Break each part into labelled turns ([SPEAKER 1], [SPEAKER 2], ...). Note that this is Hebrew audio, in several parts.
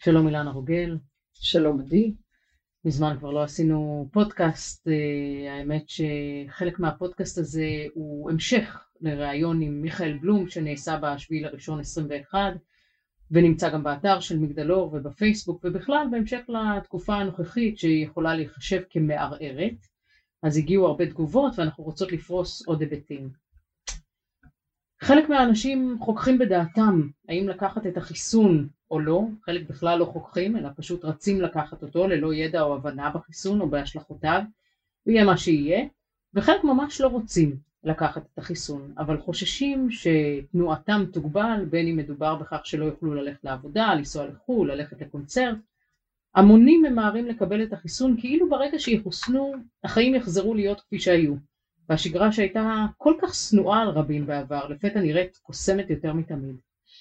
[SPEAKER 1] שלום אילנה רוגל.
[SPEAKER 2] שלום עדי.
[SPEAKER 1] מזמן כבר לא עשינו פודקאסט. האמת שחלק מהפודקאסט הזה הוא המשך לראיון עם מיכאל בלום שנעשה ב7.1.21 ונמצא גם באתר של מגדלור ובפייסבוק, ובכלל בהמשך לתקופה הנוכחית שהיא יכולה להיחשב כמערערת. אז הגיעו הרבה תגובות ואנחנו רוצות לפרוס עוד היבטים. חלק מהאנשים חוככים בדעתם האם לקחת את החיסון או לא, חלק בכלל לא חוככים אלא פשוט רצים לקחת אותו ללא ידע או הבנה בחיסון או בהשלכותיו, ויהיה מה שיהיה, וחלק ממש לא רוצים לקחת את החיסון אבל חוששים שתנועתם תוגבל, בין אם מדובר בכך שלא יוכלו ללכת לעבודה, לנסוע לחו"ל, ללכת לקונצרט. המונים ממהרים לקבל את החיסון כאילו ברגע שיחוסנו החיים יחזרו להיות כפי שהיו, והשגרה שהייתה כל כך שנואה על רבים בעבר לפתע נראית קוסמת יותר מתמיד.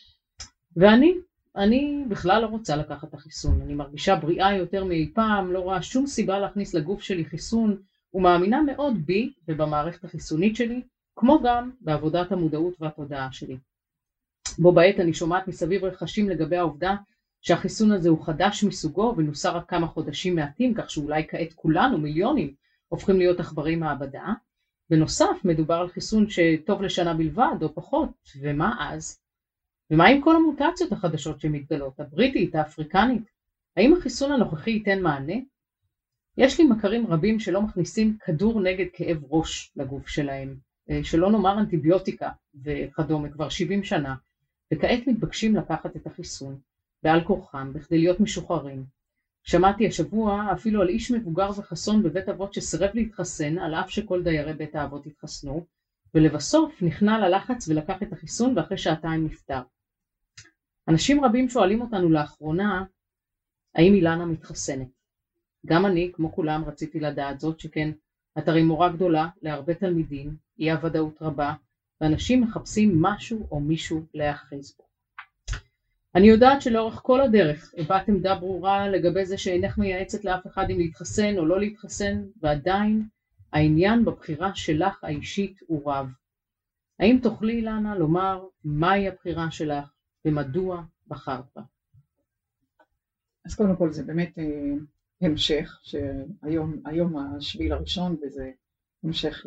[SPEAKER 1] ואני בכלל לא רוצה לקחת את החיסון. אני מרגישה בריאה יותר מאי פעם, לא רואה שום סיבה להכניס לגוף שלי חיסון, ומאמינה מאוד בי ובמערכת החיסונית שלי, כמו גם בעבודת המודעות והתודעה שלי. בו בעת אני שומעת מסביב רכשים לגבי העובדה שהחיסון הזה הוא חדש מסוגו ונוסה רק כמה חודשים מעטים, כך שאולי כעת כולנו, מיליונים, הופכים להיות עכברי מעבדה. בנוסף, מדובר על חיסון שטוב לשנה בלבד או פחות, ומה אז? ומה עם כל המוטציות החדשות שמתגלות, הבריטית, האפריקנית? האם החיסון הנוכחי ייתן מענה? יש לי מכרים רבים שלא מכניסים כדור נגד כאב ראש לגוף שלהם, שלא נאמר אנטיביוטיקה וכדומה כבר 70 שנה, וכעת מתבקשים לקחת את החיסון, בעל כורחם, בכדי להיות משוחררים. שמעתי השבוע אפילו על איש מבוגר וחסון בבית אבות שסירב להתחסן על אף שכל דיירי בית האבות התחסנו, ולבסוף נכנע ללחץ ולקח את החיסון ואחרי שעתיים נפטר. אנשים רבים שואלים אותנו לאחרונה האם אילנה מתחסנת. גם אני כמו כולם רציתי לדעת זאת, שכן את הרי מורה גדולה להרבה תלמידים, אי הוודאות רבה, ואנשים מחפשים משהו או מישהו להאחז בו. אני יודעת שלאורך כל הדרך הבעת עמדה ברורה לגבי זה שאינך מייעצת לאף אחד אם להתחסן או לא להתחסן, ועדיין העניין בבחירה שלך האישית הוא רב. האם תוכלי אילנה לומר מהי הבחירה שלך ומדוע בחרת בה?
[SPEAKER 2] אז קודם כל זה באמת המשך, שהיום ה7.1 וזה המשך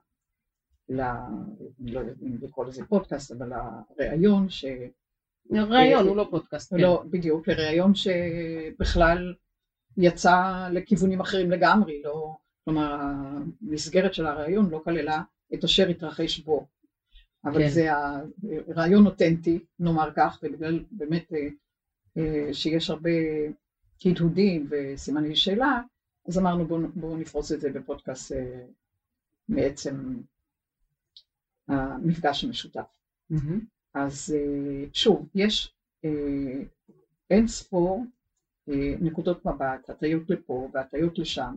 [SPEAKER 2] אני לא יודעת אם לקרוא לזה פודקאסט, אבל הראיון
[SPEAKER 1] ראיון הוא לא פודקאסט.
[SPEAKER 2] לא, בדיוק, לראיון שבכלל יצא לכיוונים אחרים לגמרי, לא, כלומר המסגרת של הראיון לא כללה את אשר התרחש בו, אבל זה רעיון אותנטי, נאמר כך, ובגלל באמת שיש הרבה הדהודים וסימני שאלה, אז אמרנו בואו נפרוס את זה בפודקאסט מעצם המפגש המשותף. אז שוב, יש אין ספור נקודות מבט, הטיות לפה והטיות לשם.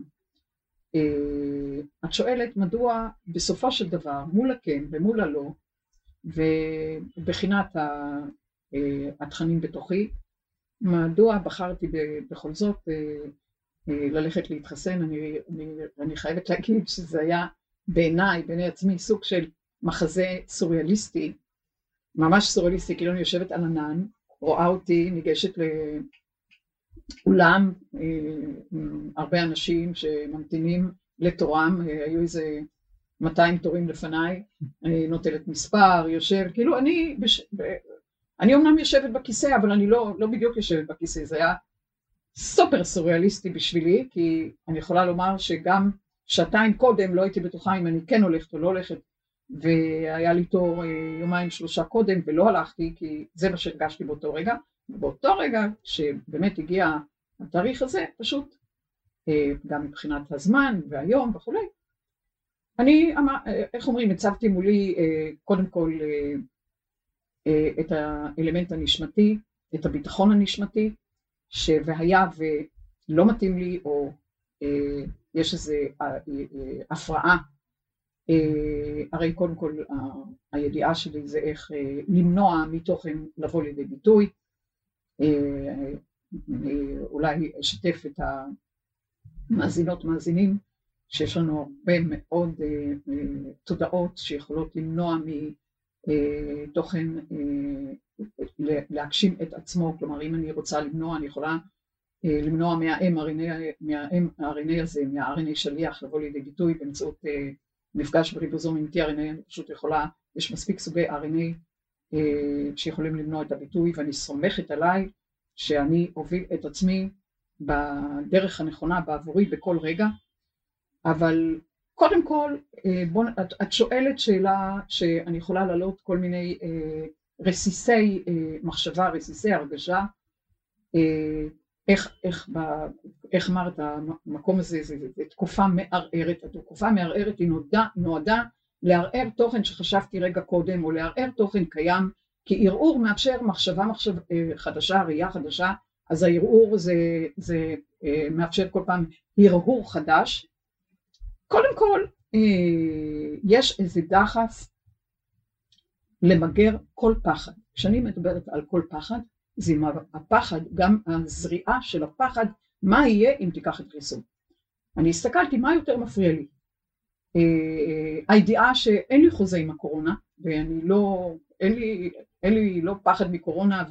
[SPEAKER 2] את שואלת מדוע בסופו של דבר מול הכן ומול הלא, ובחינת התכנים בתוכי, מדוע בחרתי בכל זאת ללכת להתחסן. אני חייבת להגיד שזה היה בעיני עצמי סוג של מחזה סוריאליסטי, ממש סוריאליסטי, כאילו אני יושבת על ענן, רואה אותי ניגשת לאולם, הרבה אנשים שממתינים לתורם, היו איזה 200 תורים לפניי, אני נוטלת מספר, יושב, כאילו אני אומנם יושבת בכיסא, אבל אני לא בדיוק יושבת בכיסא. זה היה סופר סוריאליסטי בשבילי, כי אני יכולה לומר שגם שעתיים קודם לא הייתי בטוחה אם אני כן הולכת או לא הולכת, והיה לי תור 2-3 קודם ולא הלכתי, כי זה מה שהרגשתי באותו רגע. ובאותו רגע שבאמת הגיע התאריך הזה, פשוט גם מבחינת הזמן והיום וכו', אני, איך אומרים, הצבתי מולי קודם כל את האלמנט הנשמתי, את הביטחון הנשמתי, והיה ולא מתאים לי או יש איזו הפרעה, הרי קודם כל הידיעה שלי זה איך למנוע מתוכן לבוא לידי ביטוי. אולי אשתף את המאזינות מאזינים שיש לנו הרבה מאוד תודעות שיכולות למנוע תוכן להגשים את עצמו, כלומר אם אני רוצה למנוע, אני יכולה למנוע מהRNA הזה, מה-RNA שליח לבוא לידי ביטוי באמצעות מפגש בריבוזום עם tRNA, אני פשוט יכולה, יש מספיק סוגי RNA שיכולים למנוע את הביטוי, ואני סומכת עליי שאני אוביל את עצמי בדרך הנכונה בעבורי בכל רגע. אבל קודם כל, את שואלת שאלה שאני יכולה להעלות כל מיני רסיסי מחשבה, רסיסי הרגשה, איך אמרת, המקום הזה זה תקופה מערערת, התקופה מערערת היא נועדה לערער תוכן שחשבתי רגע קודם, או לערער תוכן קיים, כי ערעור מאפשר מחשבה חדשה, ראייה חדשה, אז הערעור זה מאפשר כל פעם הרהור חדש. קודם כל, יש איזה דחף למגר כל פחד. כשאני מדברת על כל פחד, זה הפחד, גם הזריעה של הפחד, מה יהיה אם תיקח את חיסון. אני הסתכלתי מה יותר מפריע לי. הידיעה שאין לי חוזה עם הקורונה, ואני לא, אין לי לא פחד מקורונה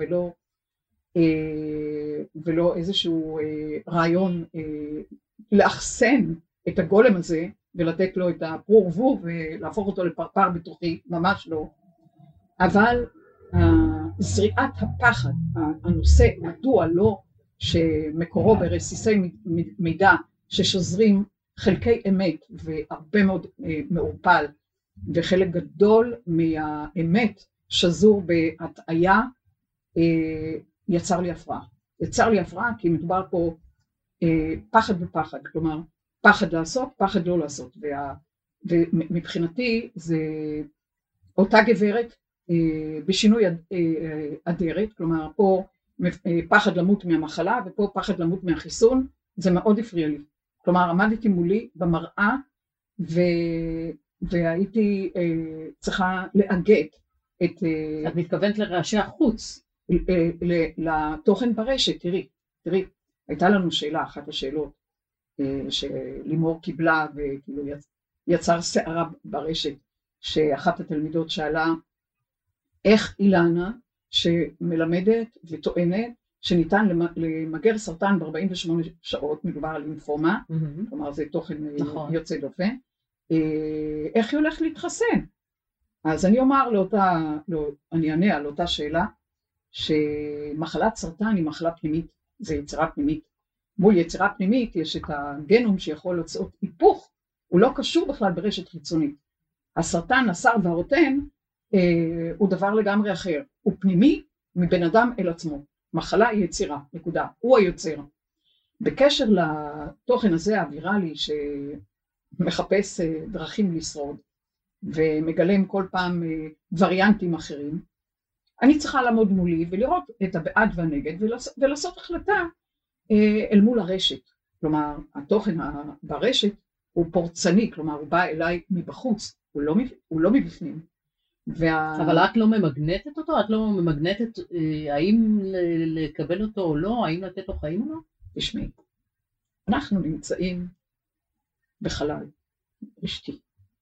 [SPEAKER 2] ולא איזשהו רעיון לאחסן את הגולם הזה ולתת לו את הפרור ורבוב ולהפוך אותו לפרפר בתוכי, ממש לא. אבל זריעת הפחד, הנושא מדוע לא, שמקורו ברסיסי מידע ששוזרים חלקי אמת והרבה מאוד מעורפל, וחלק גדול מהאמת שזור בהטעיה, יצר לי הפרעה כי מדובר פה פחד ופחד, כלומר פחד לעשות, פחד לא לעשות, ומבחינתי זה אותה גברת בשינוי אדרת, כלומר פה פחד למות מהמחלה ופה פחד למות מהחיסון, זה מאוד הפריע לי. כלומר עמדתי מולי במראה והייתי צריכה לאגט את...
[SPEAKER 1] את מתכוונת לרעשי החוץ?
[SPEAKER 2] לתוכן ברשת. תראי, הייתה לנו שאלה, אחת השאלות שלימור קיבלה וכאילו יצר שערה ברשת, שאחת התלמידות שאלה איך אילנה שמלמדת וטוענת שניתן למגר סרטן ב-48 שעות, מדובר על לימפומה, כלומר זה תוכן יוצא דופן, איך היא הולכת להתחסן? אז אני אענה על אותה שאלה, שמחלת סרטן היא מחלה פנימית, זה יצירה פנימית. מול יצירה פנימית יש את הגנום שיכול לעשות היפוך, הוא לא קשור בכלל ברשת חיצונית. הסרטן, השר והרוטן, הוא דבר לגמרי אחר, הוא פנימי מבן אדם אל עצמו. מחלה היא יצירה, נקודה, הוא היוצר. בקשר לתוכן הזה הוויראלי שמחפש דרכים לשרוד, ומגלם כל פעם וריאנטים אחרים, אני צריכה לעמוד מולי ולראות את הבעד והנגד ולעשות החלטה אל מול הרשת. כלומר, התוכן ברשת הוא פורצני, כלומר הוא בא אליי מבחוץ, הוא לא מבפנים.
[SPEAKER 1] אבל את לא ממגנטת אותו? את לא ממגנטת האם לקבל אותו או לא? האם לתת לו חיים או לא?
[SPEAKER 2] תשמעי, אנחנו נמצאים בחלל רשתי.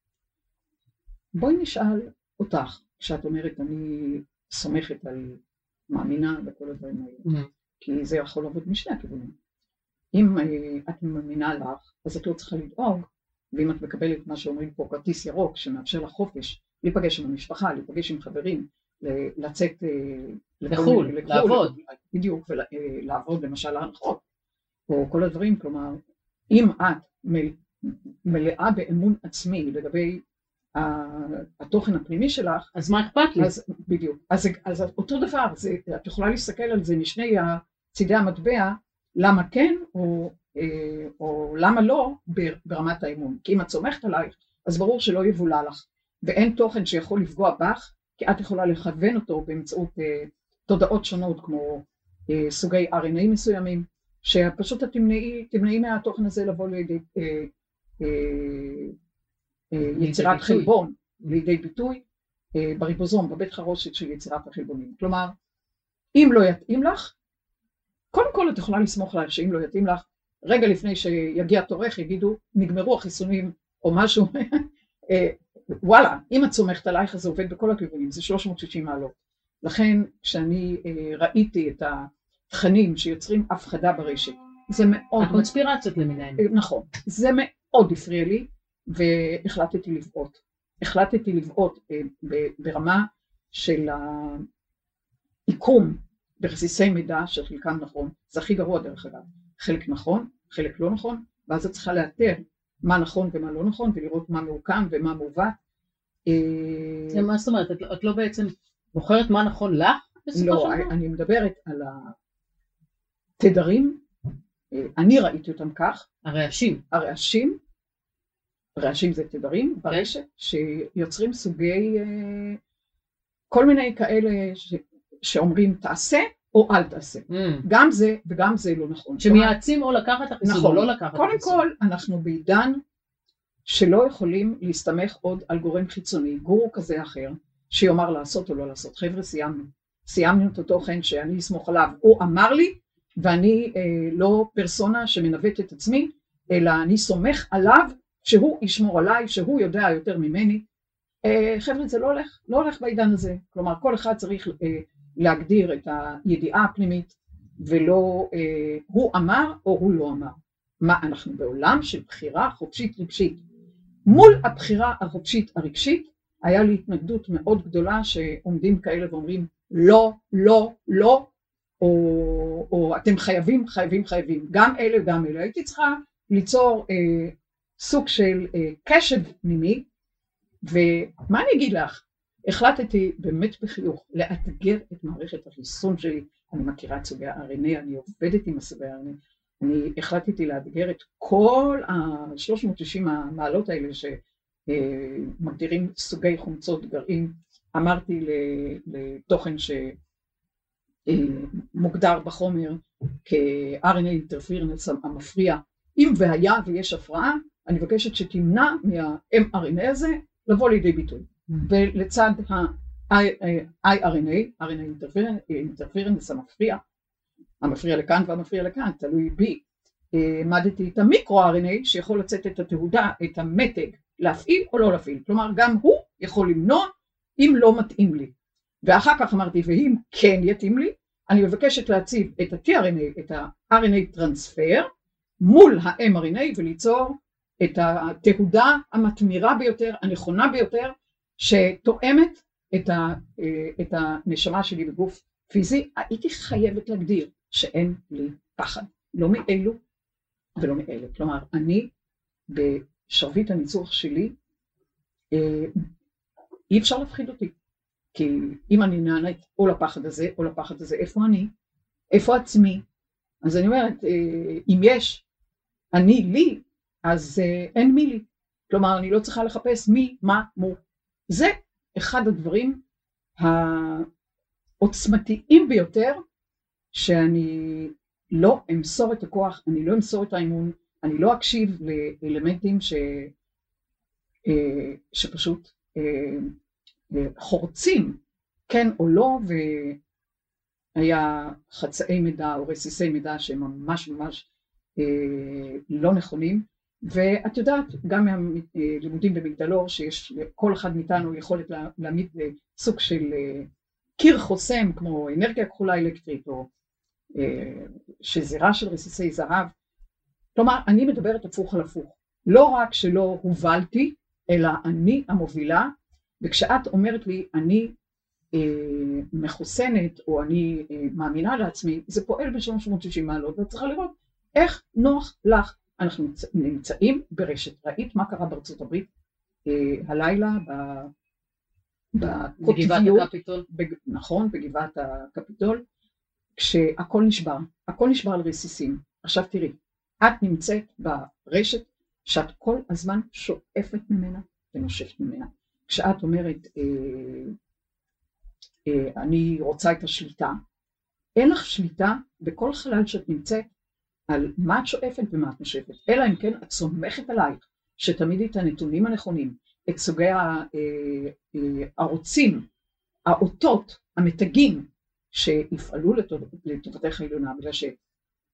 [SPEAKER 2] בואי נשאל אותך, כשאת אומרת אני סומכת על מאמינה וכל הדברים האלה, כי זה יכול לעבוד משני הכיוונים. אם את מאמינה לך, אז את לא צריכה לדאוג, ואם את מקבלת מה שאומרים פה כרטיס ירוק, שמאפשר לך חופש, להיפגש עם המשפחה, להיפגש עם חברים, לצאת
[SPEAKER 1] לחו"ל, לעבוד.
[SPEAKER 2] בדיוק, ולעבוד למשל להנחות, או כל הדברים, כלומר, אם את מלאה באמון עצמי לגבי התוכן הפנימי שלך,
[SPEAKER 1] אז מה אכפת לי?
[SPEAKER 2] אז בדיוק, אז אותו דבר, את יכולה להסתכל על זה משני צידי המטבע, למה כן או למה לא ברמת האמון. כי אם את סומכת עלייך, אז ברור שלא יבולע לך, ואין תוכן שיכול לפגוע בך, כי את יכולה לכוון אותו באמצעות תודעות שונות, כמו סוגי RNA מסוימים, שפשוט את תמנעי מהתוכן הזה לבוא לידי יצירת חלבון, לידי ביטוי בריבוזום, בבית חרושת של יצירת החלבונים. כלומר, אם לא יתאים לך, קודם כל את יכולה לסמוך עליך שאם לא יתאים לך, רגע לפני שיגיע תורך יגידו נגמרו החיסונים או משהו, וואלה, אם את סומכת עלייך אז זה עובד בכל הכיוונים, זה 360 מעלות. לכן כשאני ראיתי את התכנים שיוצרים הפחדה ברשת, זה מאוד...
[SPEAKER 1] הקונספירציות למיניהם.
[SPEAKER 2] נכון, זה מאוד הפריע לי, והחלטתי לבעוט. החלטתי לבעוט ברמה של העיקום ברסיסי מידע שחלקם נכון, זה הכי גרוע דרך אגב, חלק נכון, חלק לא נכון, ואז את צריכה לאתר מה נכון ומה לא נכון, ולראות מה מעוקם ומה מעוות.
[SPEAKER 1] מה זאת אומרת, את לא בעצם בוחרת מה נכון לך?
[SPEAKER 2] לא, אני מדברת על התדרים, אני ראיתי אותם כך. הרעשים זה תדרים ברשת שיוצרים סוגי, כל מיני כאלה שאומרים תעשה או אל תעשה. גם זה וגם זה לא נכון.
[SPEAKER 1] שמייעצים או לקחת את החיסון או לא לקחת את החיסון.
[SPEAKER 2] קודם כל אנחנו בעידן שלא יכולים להסתמך עוד על גורם חיצוני, גורו כזה או אחר, שיאמר לעשות או לא לעשות. חבר'ה, סיימנו את התוכן שאני אסמוך עליו, הוא אמר לי, ואני לא פרסונה שמנווט את עצמי, אלא אני סומך עליו שהוא ישמור עליי, שהוא יודע יותר ממני. חבר'ה, זה לא הולך בעידן הזה. כלומר, כל אחד צריך להגדיר את הידיעה הפנימית, ולא הוא אמר או הוא לא אמר. מה, אנחנו בעולם של בחירה חופשית רגשית. מול הבחירה החופשית הרגשית, היה לי התנגדות מאוד גדולה שעומדים כאלה ואומרים לא, לא, לא, או אתם חייבים. גם אלה וגם אלה. הייתי צריכה ליצור סוג של קשב פנימי, ומה אני אגיד לך? החלטתי באמת בחיוך לאתגר את מערכת החיסון שלי. אני מכירה את סוגי ה-RNA, אני עובדת עם הסוגי ה-RNA, אני החלטתי לאתגר את כל ה-360 המעלות האלה שמגדירים סוגי חומצות גרעין. אמרתי לתוכן שמוגדר בחומר כ-RNA אינטרפירנס המפריע, אם והיה ויש הפרעה, אני מבקשת שתמנע מה-mRNA הזה לבוא לידי ביטוי. ולצד ה-iRNA, RNA אינטרפירנס המפריע לכאן והמפריע לכאן, תלוי בי, מדתי את המיקרו-RNA שיכול לצאת את התהודה, את המתג, להפעיל או לא להפעיל. כלומר, גם הוא יכול למנוע אם לא מתאים לי. ואחר כך אמרתי, ואם כן יתאים לי, אני מבקשת להציב את ה-tRNA, את ה-RNA טרנספר, מול ה-mRNA וליצור את התהודה המתמירה ביותר, הנכונה ביותר, שתואמת את הנשמה שלי בגוף פיזי. הייתי חייבת להגדיר שאין לי פחד, לא מאלו ולא מאלה. כלומר, אני בשרביט הניצוח שלי, אי אפשר להפחיד אותי, כי אם אני נענית או לפחד הזה או לפחד הזה, איפה אני? איפה עצמי? אז אני אומרת, אם יש אני לי, אז אין מי לי. כלומר, אני לא צריכה לחפש מי, מה, מו. זה אחד הדברים העוצמתיים ביותר, שאני לא אמסור את הכוח, אני לא אמסור את האמון, אני לא אקשיב לאלמנטים שפשוט חורצים, כן או לא, והיה חצאי מידע או רסיסי מידע שהם ממש לא נכונים. ואת יודעת, גם מהלימודים במגדלור, שיש לכל אחד מאיתנו יכולת להעמיד סוג של קיר חוסם, כמו אנרגיה כחולה אלקטרית, או שזירה של רסיסי זהב. כלומר, אני מדברת הפוך על הפוך. לא רק שלא הובלתי, אלא אני המובילה, וכשאת אומרת לי, אני מחוסנת, או אני מאמינה לעצמי, זה פועל ב-360 מעלות, ואת צריכה לראות איך נוח לך. אנחנו נמצאים ברשת. ראית מה קרה בארצות הברית הלילה
[SPEAKER 1] בגבעת הקפיטול?
[SPEAKER 2] נכון, בגבעת הקפיטול, כשהכל נשבר, הכל נשבר על רסיסים. עכשיו תראי, את נמצאת ברשת שאת כל הזמן שואפת ממנה ונושפת ממנה. כשאת אומרת, אני רוצה את השליטה, אין לך שליטה בכל חלל שאת נמצאת, על מה את שואפת ומה את נושפת, אלא אם כן את סומכת עלייך, שתמיד את הנתונים הנכונים, את סוגי הערוצים, האותות, המתגים, שיפעלו לטובתך העליונה, בגלל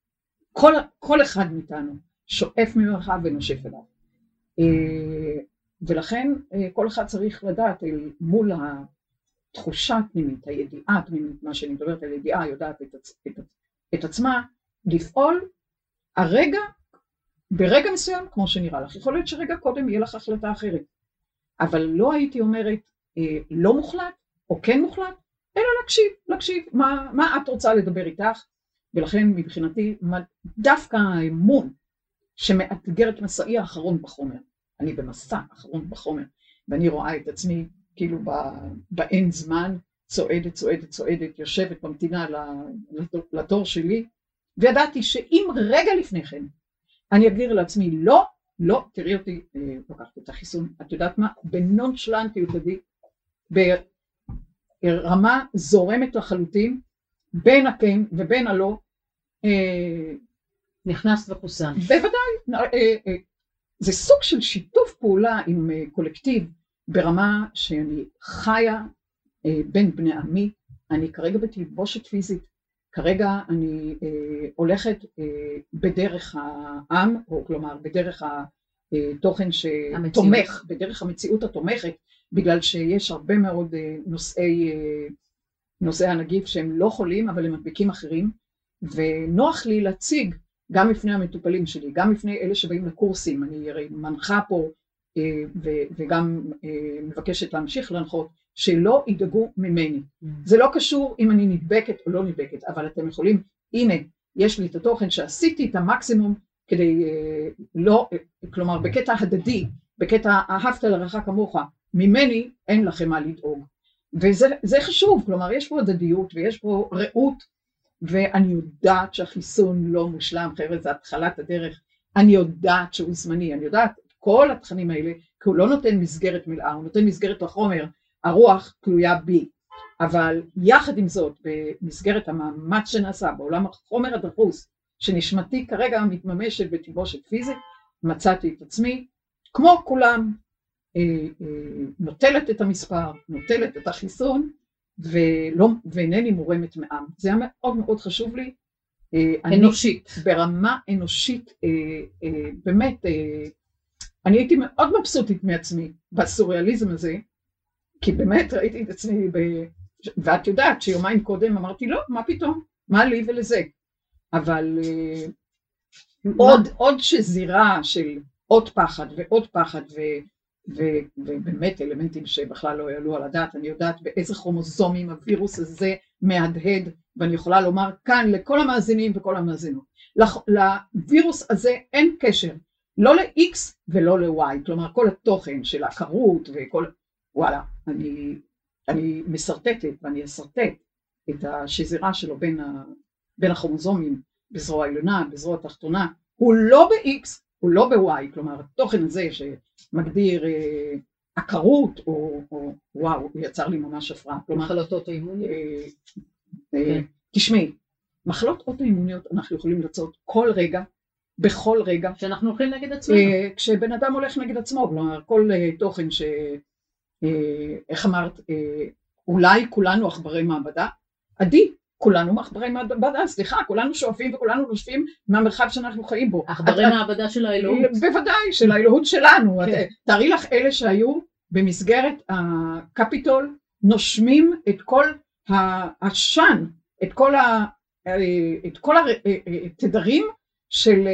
[SPEAKER 2] שכל אחד מאיתנו שואף ממך ונושף אליו. ולכן כל אחד צריך לדעת מול התחושה הפנימית, הידיעה הפנימית, מה שאני מדברת על ידיעה, יודעת את עצמה, לפעול ברגע מסוים כמו שנראה לך. יכול להיות שרגע קודם יהיה לך החלטה אחרת, אבל לא הייתי אומרת לא מוחלט או כן מוחלט, אלא להקשיב, מה את רוצה לדבר איתך, ולכן מבחינתי דווקא האמון שמאתגר את מסעי האחרון בחומר, אני במסע האחרון בחומר, ואני רואה את עצמי כאילו באין זמן, צועדת, יושבת במתינה לתור שלי, וידעתי שאם רגע לפני כן אני אגדיר לעצמי לא, תראי אותי, לוקחת את החיסון, את יודעת מה, בנונשלנטיות עדי, ברמה זורמת לחלוטין, בין הכן ובין הלא,
[SPEAKER 1] נכנס וחוסן.
[SPEAKER 2] בוודאי, זה סוג של שיתוף פעולה עם קולקטיב, ברמה שאני חיה בין בני עמי, אני כרגע בתלבושת פיזית, כרגע אני הולכת בדרך העם, או כלומר בדרך התוכן שתומך, בדרך המציאות התומכת, בגלל שיש הרבה מאוד נושאי הנגיף שהם לא חולים, אבל הם מדביקים אחרים, ונוח לי להציג גם לפני המטופלים שלי, גם לפני אלה שבאים לקורסים, אני הרי מנחה פה וגם מבקשת להמשיך להנחות, שלא ידאגו ממני. זה לא קשור אם אני נדבקת או לא נדבקת, אבל אתם יכולים, הנה, יש לי את התוכן שעשיתי את המקסימום כדי לא, כלומר בקטע הדדי, בקטע אהבת לרעך כמוך, ממני אין לכם מה לדאוג. וזה חשוב, כלומר יש פה הדדיות ויש פה רעות, ואני יודעת שהחיסון לא מושלם, חבר'ה, זה התחלת הדרך, אני יודעת שהוא זמני, אני יודעת כל התכנים האלה, כי הוא לא נותן מסגרת מלאה, הוא נותן מסגרת לחומר, הרוח תלויה בי, אבל יחד עם זאת, במסגרת המאמץ שנעשה בעולם החומר הדחוס, שנשמתי כרגע מתממשת בתלבושת פיזית, מצאתי את עצמי, כמו כולם, נוטלת את המספר, נוטלת את החיסון, ואינני מורמת מעם. זה היה מאוד מאוד חשוב לי.
[SPEAKER 1] אנושית.
[SPEAKER 2] ברמה אנושית, באמת, אני הייתי מאוד מבסוטית מעצמי בסוריאליזם הזה, כי באמת ראיתי את עצמי, ואת יודעת שיומיים קודם אמרתי, לא, מה פתאום, מה לי ולזה? אבל עוד שזירה של עוד פחד ועוד פחד, ובאמת אלמנטים שבכלל לא יעלו על הדעת, אני יודעת באיזה כרומוזומים הווירוס הזה מהדהד, ואני יכולה לומר כאן לכל המאזינים וכל המאזינות, לווירוס הזה אין קשר, לא ל-X ולא ל-Y, כלומר כל התוכן של הכרות וכל, וואלה, אני מסרטטת ואני אסרטט את השזירה שלו בין הכרומוזומים, בזרוע העליונה, בזרוע התחתונה, הוא לא ב-X, הוא לא ב-Y, כלומר התוכן הזה שמגדיר הכרות, או וואו, הוא יצר לי ממש הפרעה.
[SPEAKER 1] מחלות אוטואימוניות.
[SPEAKER 2] תשמעי, מחלות אוטואימוניות אנחנו יכולים לצאת כל רגע, בכל רגע.
[SPEAKER 1] שאנחנו הולכים נגד עצמנו.
[SPEAKER 2] כשבן אדם הולך נגד עצמו, כלומר כל תוכן איך אמרת, אולי כולנו עכברי מעבדה, עדי, כולנו מעכברי מעבדה, סליחה, כולנו שואפים וכולנו נושפים מהמרחב שאנחנו חיים בו.
[SPEAKER 1] עכברי מעבדה של האלוהות.
[SPEAKER 2] בוודאי, של האלוהות שלנו. תארי לך אלה שהיו במסגרת הקפיטול, נושמים את כל העשן, את כל התדרים של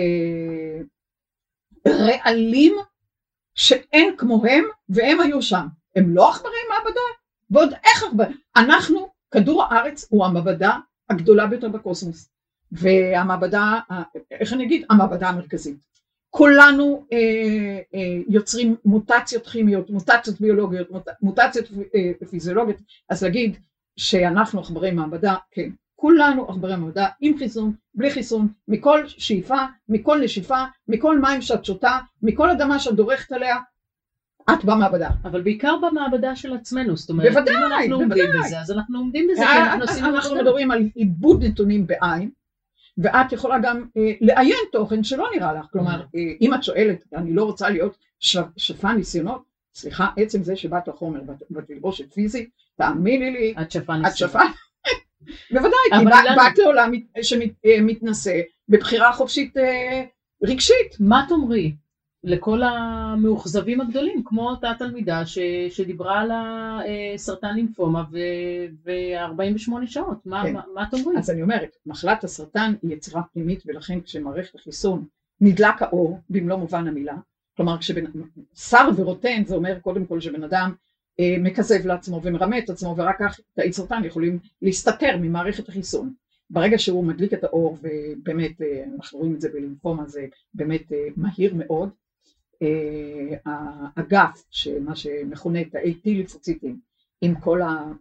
[SPEAKER 2] רעלים שאין כמוהם, והם היו שם. הם לא עכברי מעבדה, ועוד איך עכברי. אנחנו, כדור הארץ הוא המעבדה הגדולה ביותר בקוסמוס, והמעבדה, איך אני אגיד, המעבדה המרכזית. כולנו יוצרים מוטציות כימיות, מוטציות ביולוגיות, מוטציות פיזיולוגיות, אז להגיד שאנחנו עכברי מעבדה, כן, כולנו עכברי מעבדה, עם חיסון, בלי חיסון, מכל שאיפה, מכל נשיפה, מכל מים שאת שותה, מכל אדמה שאת דורכת עליה, את במעבדה.
[SPEAKER 1] אבל בעיקר במעבדה של עצמנו, זאת אומרת,
[SPEAKER 2] בוודאי,
[SPEAKER 1] אם אנחנו עומדים בזה, אז אנחנו עומדים בזה,
[SPEAKER 2] אנחנו מדברים על עיבוד נתונים בעין, ואת יכולה גם לעיין תוכן שלא נראה לך, כלומר, אם את שואלת, אני לא רוצה להיות שפה ניסיונות, סליחה, עצם זה שבאת החומר בתלבושת פיזית, תאמיני לי,
[SPEAKER 1] את שפה.
[SPEAKER 2] בוודאי, כי באת לעולם שמתנסה בבחירה חופשית רגשית.
[SPEAKER 1] מה תאמרי? לכל המאוכזבים הגדולים, כמו אותה תלמידה שדיברה על הסרטן לימפומה ו-48 שעות.
[SPEAKER 2] כן.
[SPEAKER 1] מה את אומרת?
[SPEAKER 2] אז אני אומרת, מחלת הסרטן היא יצירה פנימית, ולכן כשמערכת החיסון נדלק האור במלוא מובן המילה, כלומר שר ורוטן זה אומר קודם כל שבן אדם מכזב לעצמו ומרמה את עצמו, ורק כך תאי סרטן יכולים להסתתר ממערכת החיסון. ברגע שהוא מדליק את האור, ובאמת אנחנו רואים את זה בלימפומה, זה באמת מהיר מאוד, האגף, מה שמכונה תאי T לימפוציטים, עם כל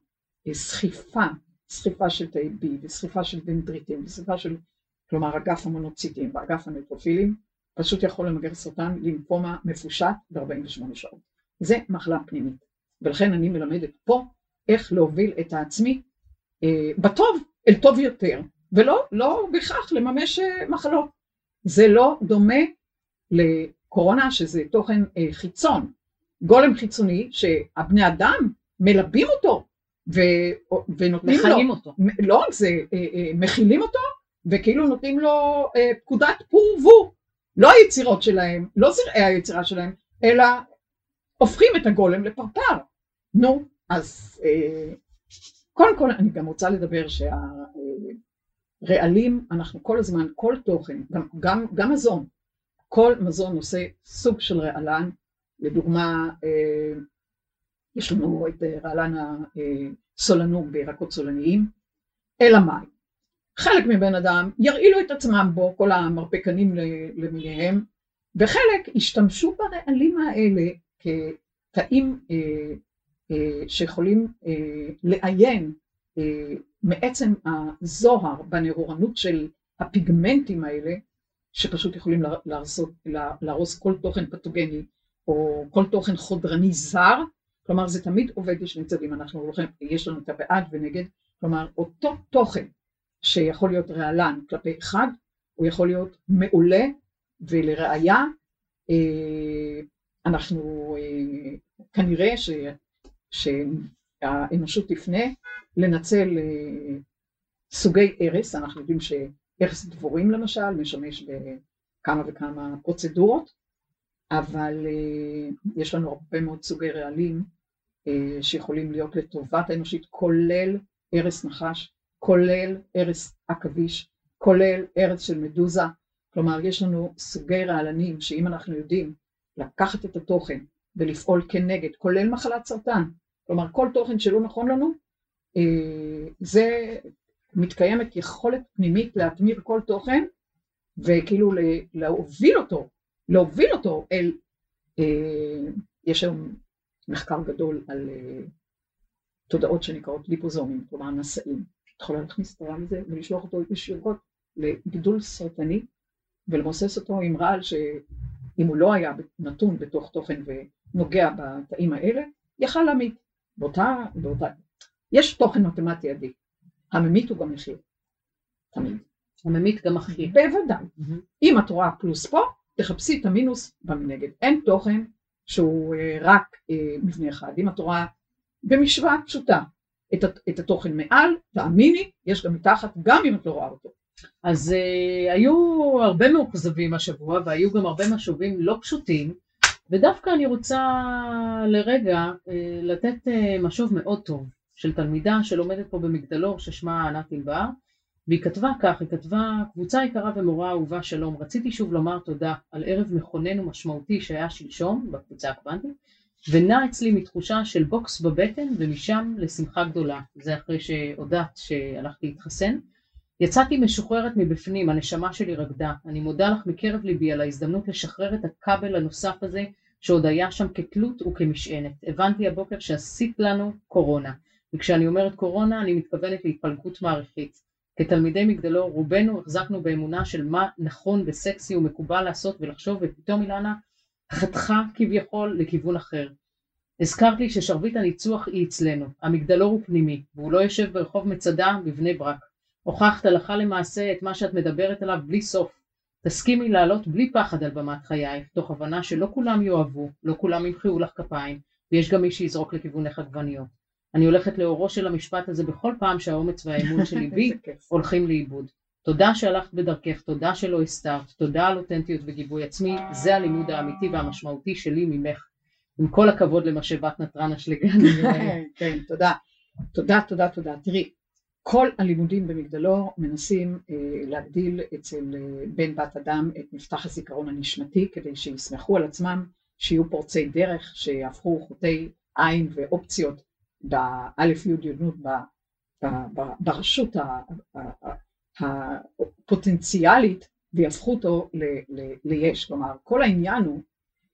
[SPEAKER 2] סחיפה של תאי B וסחיפה של דנדריטים וסחיפה של, כלומר אגף המונוציטים ואגף הנויטרופילים, פשוט יכול למגר סרטן לימפומה מפושט ב-48 שעות. זה מחלה פנימית, ולכן אני מלמדת פה איך להוביל את העצמי בטוב אל טוב יותר, ולא בכך לממש מחלות. זה לא דומה לקורונה שזה תוכן חיצון, גולם חיצוני שהבני אדם מלבים אותו ונותנים
[SPEAKER 1] מחיים
[SPEAKER 2] לו,
[SPEAKER 1] אותו.
[SPEAKER 2] לא רק זה, מכילים אותו וכאילו נותנים לו פקודת פורבו, לא היצירות שלהם, לא זרעי היצירה שלהם, אלא הופכים את הגולם לפרפר. נו, אז קודם כל אני גם רוצה לדבר שהרעלים, אנחנו כל הזמן, כל תוכן, גם מזון, כל מזון עושה סוג של רעלן. לדוגמה, יש לנו את רעלן הסולנום בירקות סולניים, אלא מאי. חלק מבן אדם ירעילו את עצמם בו, כל המרפקנים למיניהם, וחלק השתמשו ברעלים האלה כתאים שיכולים לעיין מעצם הזוהר בנאורנות של הפיגמנטים האלה, שפשוט יכולים להרוס כל תוכן פתוגני או כל תוכן חודרני זר. כלומר זה תמיד עובד לשני צדדים, יש לנו את הבעד ונגד, כלומר אותו תוכן שיכול להיות רעלן כלפי אחד, הוא יכול להיות מעולה, ולראיה אנחנו כנראה שהאנושות תפנה לנצל סוגי ערס. אנחנו יודעים שערס דבורים למשל משמש בכמה וכמה פרוצדורות, אבל יש לנו הרבה מאוד סוגי רעלים שיכולים להיות לטובת האנושית, כולל ערס נחש, כולל ערס עכביש, כולל ערס של מדוזה. כלומר יש לנו סוגי רעלנים שאם אנחנו יודעים לקחת את התוכן ולפעול כנגד, כולל מחלת סרטן, כלומר כל תוכן שלא נכון לנו, זה מתקיימת יכולת פנימית להתמיר כל תוכן, וכאילו להוביל אותו אל, יש היום מחקר גדול על תודעות שנקראות ליפוזומים, כלומר נשאים. את יכולה להכניס את הרעל הזה ולשלוח אותו ישירות לגידול סרטני, ולמוסס אותו עם רעל שאם הוא לא היה נתון בתוך תוכן ונוגע בתאים האלה, יכל להמית. יש תוכן מתמטי עדי, הממית הוא גם מחיר, תמיד.
[SPEAKER 1] הממית גם מחיר.
[SPEAKER 2] בוודאי. אם את רואה פלוס פה, תחפשי את המינוס במנגד. אין תוכן שהוא רק מבנה אחד. אם את רואה במשוואה פשוטה את התוכן מעל, תאמיני, יש גם מתחת, גם אם את לא רואה אותו.
[SPEAKER 1] אז היו הרבה מאוכזבים השבוע, והיו גם הרבה משובים לא פשוטים, ודווקא אני רוצה לרגע לתת משוב מאוד טוב של תלמידה שלומדת פה במגדלור ששמה ענת ענבר, והיא כתבה כך, היא כתבה: קבוצה יקרה ומורה אהובה שלום, רציתי שוב לומר תודה על ערב מכונן ומשמעותי שהיה שלשום בקבוצה הקוונטית, ונע אצלי מתחושה של בוקס בבטן ומשם לשמחה גדולה. זה אחרי שהודעת שהלכתי להתחסן. יצאתי משוחררת מבפנים, הנשמה שלי רקדה. אני מודה לך מקרב ליבי על ההזדמנות לשחרר את הכבל הנוסף הזה שעוד היה שם כתלות וכמשענת. הבנתי הבוקר שעשית לנו קורונה, וכשאני אומרת קורונה אני מתכוונת להתפלגות מערכית. כתלמידי מגדלור רובנו החזקנו באמונה של מה נכון וסקסי ומקובל לעשות ולחשוב, ופתאום אילנה חתכה כביכול לכיוון אחר. הזכרת לי ששרביט הניצוח היא אצלנו, המגדלור הוא פנימי, והוא לא יושב ברחוב מצדה בבני ברק. הוכחת הלכה למעשה את מה שאת מדברת עליו בלי סוף. תסכימי לעלות בלי פחד על במת חייך, תוך הבנה שלא כולם יאהבו, לא כולם ימחאו לך כפיים, ויש גם מי שיזרוק לכיוונך עגבניות. אני הולכת לאורו של המשפט הזה בכל פעם שהאומץ והאמון שלי בי הולכים לאיבוד. תודה שהלכת בדרכך, תודה שלא הסתרת, תודה על אותנטיות וגיבוי עצמי, זה הלימוד האמיתי והמשמעותי שלי ממך. עם כל הכבוד למשאבת נתרן אשלגני.
[SPEAKER 2] כן, תודה. תודה. תראי, כל הלימודים במגדלור מנסים להגדיל אצל בן בת אדם את מפתח הזיכרון הנשמתי, כדי שיסמכו על עצמם, שיהיו פורצי דרך, שיהפכו חוטי עין ואופציות באלף י' י' ברשות הפוטנציאלית, ויהפכו אותו ליש. כלומר, כל העניין הוא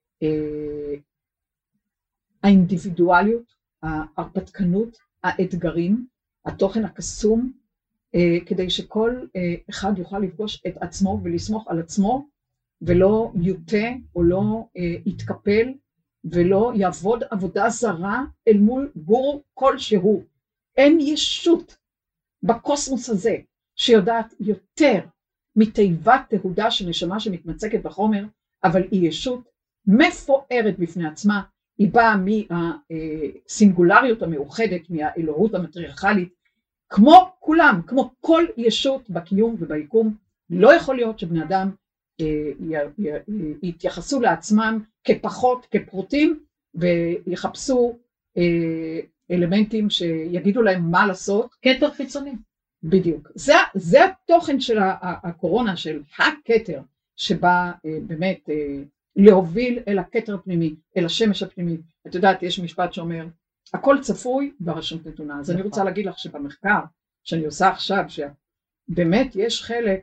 [SPEAKER 2] האינדיבידואליות, ההרפתקנות, האתגרים, התוכן הקסום, כדי שכל אחד יוכל לפגוש את עצמו ולסמוך על עצמו, ולא יוטה או לא יתקפל, ולא יעבוד עבודה זרה אל מול גורו כלשהו. אין ישות בקוסמוס הזה שיודעת יותר מתיבת תהודה של נשמה שמתמצקת בחומר, אבל היא ישות מפוארת בפני עצמה. היא באה מהסינגולריות המאוחדת, מהאלוהות המטריארכלית, כמו כולם, כמו כל ישות בקיום וביקום. לא יכול להיות שבני אדם יתייחסו לעצמם כפחות, כפרוטים, ויחפשו אלמנטים שיגידו להם מה לעשות.
[SPEAKER 1] כתר חיצוני.
[SPEAKER 2] בדיוק. זה התוכן של הקורונה, של הכתר, שבא באמת להוביל אל הכתר הפנימי, אל השמש הפנימי. את יודעת, יש משפט שאומר, הכל צפוי והרשות נתונה. אז אני רוצה להגיד לך שבמחקר שאני עושה עכשיו, שבאמת יש חלק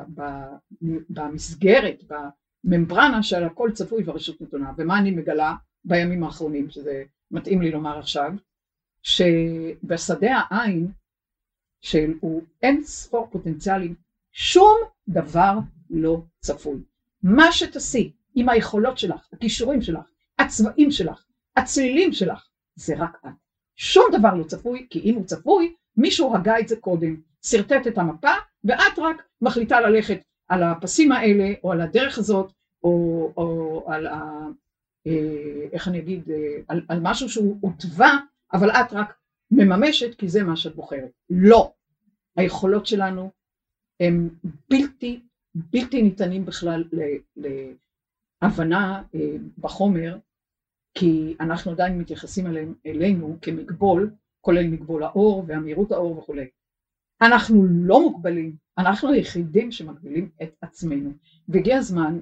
[SPEAKER 2] במסגרת, בממברנה של הכל צפוי והרשות נתונה. ומה אני מגלה בימים האחרונים, שזה מתאים לי לומר עכשיו, שבשדה העין, שהוא אין ספור פוטנציאלים, שום דבר לא צפוי. מה שתעשי עם היכולות שלך, הכישורים שלך, הצבעים שלך, הצלילים שלך, זה רק את. שום דבר לא צפוי, כי אם הוא צפוי, מישהו הגה את זה קודם, סרטט את המפה, ואת רק מחליטה ללכת על הפסים האלה, או על הדרך הזאת, או על איך אני אגיד, על משהו שהוא הוטבע, אבל את רק מממשת, כי זה מה שאת בוחרת. לא. היכולות שלנו הם בלתי ניתנים בכלל להבנה בחומר, כי אנחנו עדיין מתייחסים אלינו כמגבול, כולל מגבול האור והמהירות האור וכו'. אנחנו לא מוגבלים, אנחנו היחידים שמגבילים את עצמנו. והגיע הזמן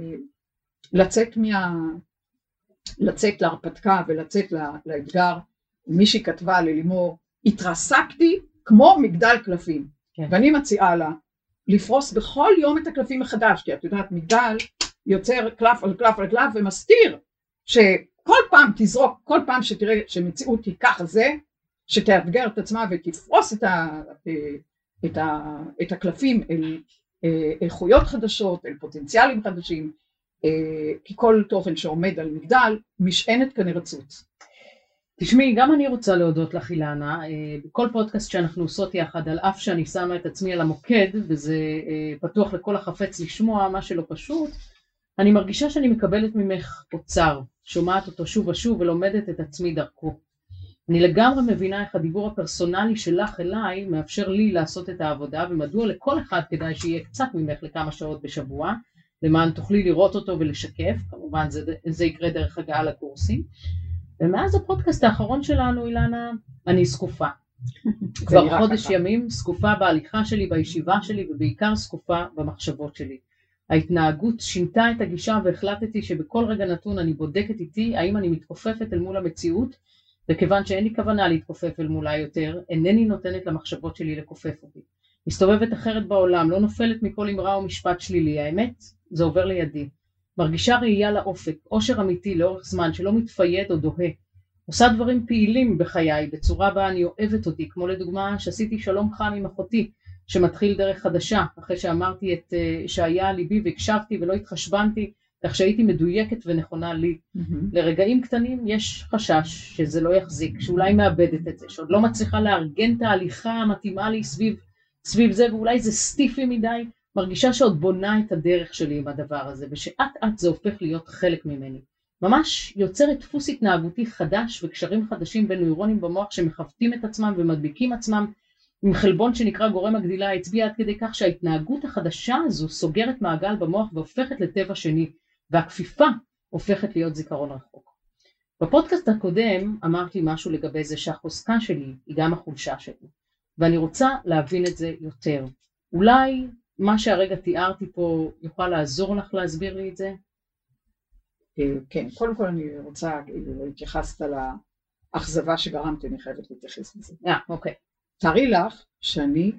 [SPEAKER 2] לצאת להרפתקה ולצאת לאתגר. מישהי כתבה ללימור, התרסקתי כמו מגדל קלפים. כן. ואני מציעה לה לפרוס בכל יום את הקלפים מחדש, כי את יודעת, מגדל יוצר קלף על קלף על קלף ומסתיר, שכל פעם תזרוק, כל פעם שתראה שמציאות היא ככה זה, שתאתגר את עצמה ותפרוס את הקלפים אל איכויות חדשות, אל פוטנציאלים חדשים, כי כל תוכן שעומד על מגדל משענת כנראה צוץ.
[SPEAKER 1] תשמעי, גם אני רוצה להודות לך אילנה, בכל פודקאסט שאנחנו עושות יחד, על אף שאני שמה את עצמי על המוקד, וזה פתוח לכל החפץ לשמוע, מה שלא פשוט, אני מרגישה שאני מקבלת ממך אוצר, שומעת אותו שוב ושוב ולומדת את עצמי דרכו. אני לגמרי מבינה איך הדיבור הפרסונלי שלך אליי מאפשר לי לעשות את העבודה, ומדוע לכל אחד כדאי שיהיה קצת ממך לכמה שעות בשבוע, למען תוכלי לראות אותו ולשקף, כמובן זה יקרה דרך הגעה לקורסים. ומאז הפודקאסט האחרון שלנו, אילנה, אני סקופה. כבר חודש ימים, סקופה בהליכה שלי, בישיבה שלי, ובעיקר סקופה במחשבות שלי. ההתנהגות שינתה את הגישה, והחלטתי שבכל רגע נתון אני בודקת איתי, האם אני מתכופפת אל מול המציאות, וכיוון שאין לי כוונה להתכופף אל מולה יותר, אינני נותנת למחשבות שלי לכופף אותי. מסתובבת אחרת בעולם, לא נופלת מכל אמרה או משפט שלילי, האמת, זה עובר לידי. מרגישה ראייה לאופק, אושר אמיתי לאורך זמן שלא מתפייד או דוהה. עושה דברים פעילים בחיי, בצורה בה אני אוהבת אותי, כמו לדוגמה שעשיתי שלום חם עם אחותי, שמתחיל דרך חדשה, אחרי שאמרתי את שהיה ליבי והקשבתי ולא התחשבנתי, כך שהייתי מדויקת ונכונה לי. לרגעים קטנים יש חשש שזה לא יחזיק, שאולי מאבדת את זה, שעוד לא מצליחה לארגן את ההליכה המתאימה לי סביב זה, ואולי זה סטיפי מדי, מרגישה שעוד בונה את הדרך שלי עם הדבר הזה, ושאט אט זה הופך להיות חלק ממני. ממש יוצרת דפוס התנהגותי חדש וקשרים חדשים בין נוירונים במוח שמחוותים את עצמם ומדביקים עצמם, עם חלבון שנקרא גורם הגדילה, הצביע עד כדי כך שההתנהגות החדשה הזו סוגרת מעגל במוח והופכת לטבע שני, והכפיפה הופכת להיות זיכרון רחוק. בפודקאסט הקודם אמרתי משהו לגבי זה שהחוזקה שלי היא גם החולשה שלי, ואני רוצה להבין את זה יותר. אולי מה שהרגע תיארתי פה יוכל לעזור לך להסביר לי את זה?
[SPEAKER 2] כן, קודם כל אני רוצה להתייחס על האכזבה שגרמתי, אני חייבת להתייחס לזה.
[SPEAKER 1] אוקיי.
[SPEAKER 2] תארי לך שאני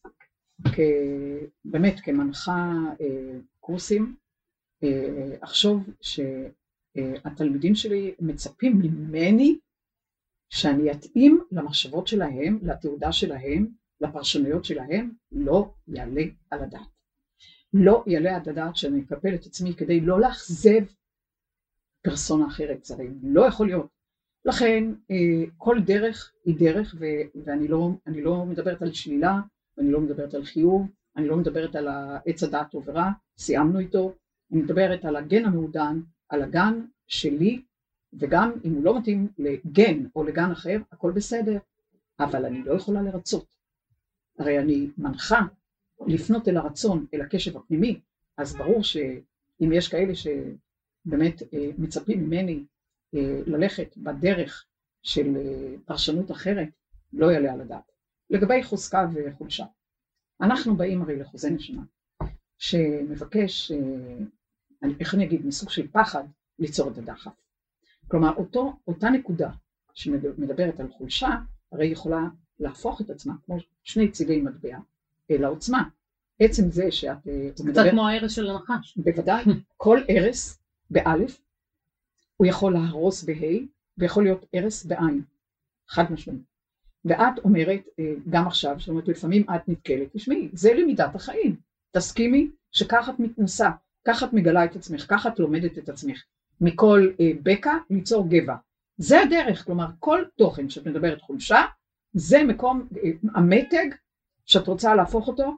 [SPEAKER 2] באמת כמנחה קורסים, אחשוב שהתלמידים שלי מצפים ממני שאני אתאים למחשבות שלהם, לתעודה שלהם, לפרשנויות שלהם, לא יעלה על הדעת. לא יעלה על הדעת שאני אקבל את עצמי כדי לא לאכזב פרסונה אחרת, זה לא יכול להיות. לכן כל דרך היא דרך, ואני לא מדברת על שלילה, ואני לא מדברת על חיוב, אני לא מדברת על עץ הדעת עוברה, סיימנו איתו, אני מדברת על הגן המעודן, על הגן שלי, וגם אם הוא לא מתאים לגן או לגן אחר, הכל בסדר, אבל אני לא יכולה לרצות. הרי אני מנחה לפנות אל הרצון, אל הקשב הפנימי, אז ברור שאם יש כאלה שבאמת מצפים ממני ללכת בדרך של פרשנות אחרת, לא יעלה על הדעת. לגבי חוזקה וחולשה, אנחנו באים הרי לחוזה נשמה, שמבקש, איך אני אגיד, מסוג של פחד ליצור את הדחף. כלומר, אותה נקודה שמדברת על חולשה, הרי יכולה להפוך את עצמה, כמו שני צילי מטבע, לעוצמה. עצם זה שאת
[SPEAKER 1] קצת כמו הערס של הנחש.
[SPEAKER 2] בוודאי, כל ערס באלף, הוא יכול להרוס בה' ויכול להיות ערס בעין, חד משמעית. ואת אומרת, גם עכשיו, זאת אומרת, לפעמים את נתקלת, תשמעי, זה למידת החיים. תסכימי שכך את מתנסה, כך את מגלה את עצמך, כך את לומדת את עצמך. מכל בקע ליצור גבע. זה הדרך, כלומר, כל תוכן שאת מדברת חולשה, זה מקום, המתג שאת רוצה להפוך אותו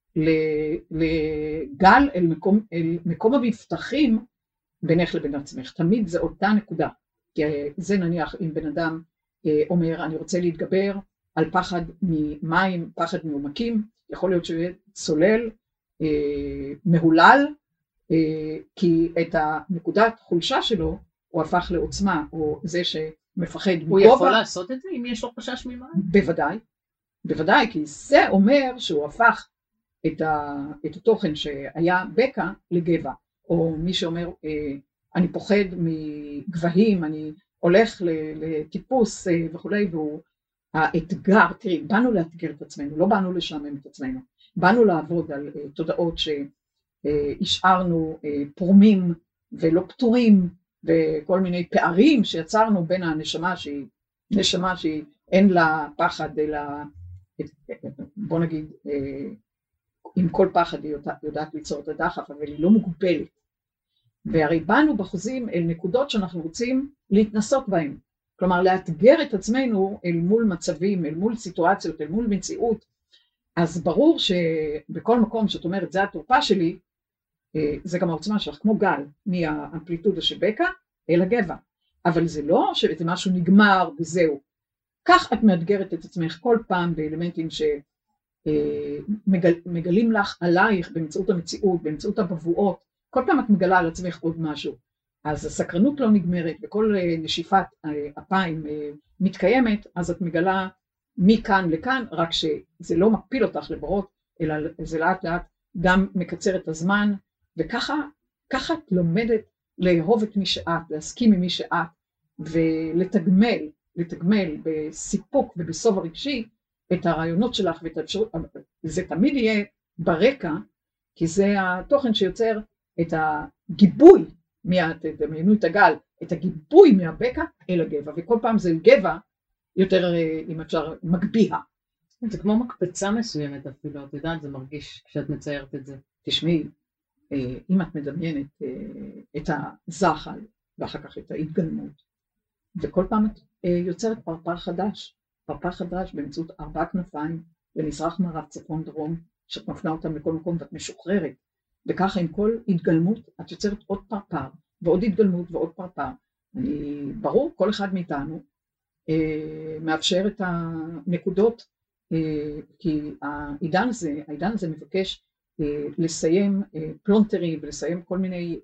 [SPEAKER 2] לגל אל מקום המבטחים בינך לבין עצמך. תמיד זה אותה נקודה. כי זה נניח אם בן אדם אומר, אני רוצה להתגבר על פחד ממים, פחד מעומקים, יכול להיות שהוא יהיה צולל, מהולל, כי את הנקודת חולשה שלו הוא הפך לעוצמה, או זה שמפחד מגובה.
[SPEAKER 1] הוא יכול לעשות את זה אם יש לו חשש ממים?
[SPEAKER 2] בוודאי, בוודאי, כי זה אומר שהוא הפך את התוכן שהיה בקע לגבע, או מי שאומר אני פוחד מגבהים, אני הולך לטיפוס וכולי, והוא האתגר, תראי, באנו לאתגר את עצמנו, לא באנו לשעמם את עצמנו, באנו לעבוד על תודעות שהשארנו פרומים ולא פתורים, וכל מיני פערים שיצרנו בין הנשמה שהיא נשמה שהיא אין לה פחד, אלא בוא נגיד עם כל פחד היא יודעת ליצור את הדחף, אבל היא לא מוגבלת. והרי באנו בחוזים אל נקודות שאנחנו רוצים להתנסות בהן, כלומר לאתגר את עצמנו אל מול מצבים, אל מול סיטואציות, אל מול מציאות. אז ברור שבכל מקום שאת אומרת זה התורפה שלי, זה גם העוצמה שלך, כמו גל, מהאמפליטודה שבקע אל הגבע. אבל זה לא שזה משהו נגמר וזהו. כך את מאתגרת את עצמך כל פעם באלמנטים שמגלים לך עלייך באמצעות המציאות, באמצעות הבבואות, כל פעם את מגלה על עצמך עוד משהו. אז הסקרנות לא נגמרת, וכל נשיפת אפיים מתקיימת, אז את מגלה מכאן לכאן, רק שזה לא מפיל אותך לבורות, אלא זה לאט לאט גם מקצר את הזמן, וככה את לומדת לאהוב את מי שאת, להסכים עם מי שאת, ולתגמל בסיפוק ובסוב הרגשי את הרעיונות שלך ואת האפשרות. זה תמיד יהיה ברקע, כי זה התוכן שיוצר את הגיבוי, דמיינו את הגל, את הגיבוי מהבקע אל הגבע, וכל פעם זה גבע יותר, אם אפשר, מגביה.
[SPEAKER 1] זה כמו מקפצה מסוימת אפילו, את יודעת, זה מרגיש כשאת מציירת את זה.
[SPEAKER 2] תשמעי, אם את מדמיינת את הזחל, ואחר כך את ההתגלמות, וכל פעם את יוצרת פרפר חדש באמצעות 4 כנפיים, במזרח מערב צפון דרום, שאת מפנה אותם לכל מקום ואת משוחררת, וככה עם כל התגלמות את יוצרת עוד פרפר, ועוד התגלמות ועוד פרפר. ברור, כל אחד מאיתנו מאפשר את הנקודות כי העידן הזה מבקש לסיים פלונטרים ולסיים כל מיני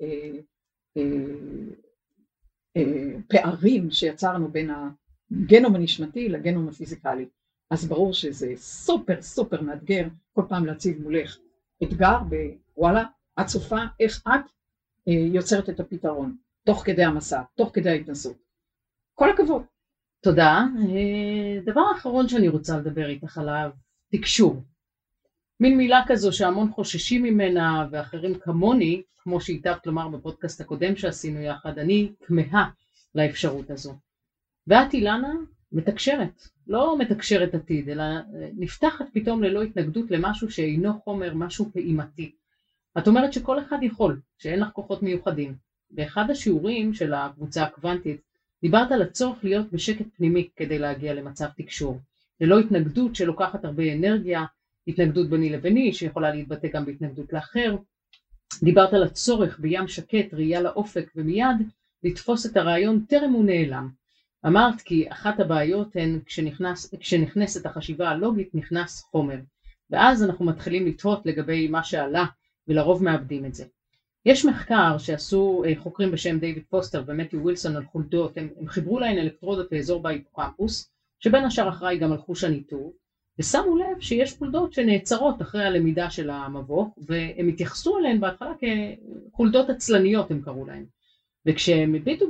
[SPEAKER 2] פערים שיצרנו בין הגנום הנשמתי לגנום הפיזיקלי. אז ברור שזה סופר מאתגר כל פעם להציב מולך אתגר ווואלה, את צופה איך את יוצרת את הפתרון תוך כדי המסע, תוך כדי ההתנסות. כל הכבוד.
[SPEAKER 1] תודה. דבר האחרון שאני רוצה לדבר איתך עליו, תקשור. מין מילה כזו שהמון חוששים ממנה, ואחרים כמוני, כמו שהיטבת לומר בפודקאסט הקודם שעשינו יחד, אני כמהה לאפשרות הזו. ואת אילנה מתקשרת, לא מתקשרת עתיד, אלא נפתחת פתאום ללא התנגדות למשהו שאינו חומר, משהו פעימתי. את אומרת שכל אחד יכול, שאין לך כוחות מיוחדים. באחד השיעורים של הקבוצה הקוונטית, דיברת על הצורך להיות בשקט פנימי כדי להגיע למצב תקשור. ללא התנגדות שלוקחת הרבה אנרגיה, התנגדות ביני לביני שיכולה להתבטא גם בהתנגדות לאחר. דיברת על הצורך בים שקט, ראייה לאופק ומיד לתפוס את הרעיון טרם הוא נעלם. אמרת כי אחת הבעיות הן כשנכנסת החשיבה הלוגית נכנס חומר. ואז אנחנו מתחילים לתהות לגבי מה שעלה ולרוב מאבדים את זה. יש מחקר שעשו חוקרים בשם דיוויד פוסטר ומתיו ווילסון על חולדות, הם חיברו להן אלקטרודות באזור בהיפוקמפוס, שבין השאר אחראי גם על חוש הניטור, ושמו לב שיש חולדות שנעצרות אחרי הלמידה של המבוך, והם התייחסו אליהן בהתחלה כחולדות עצלניות הם קראו להן. וכשהם הביטו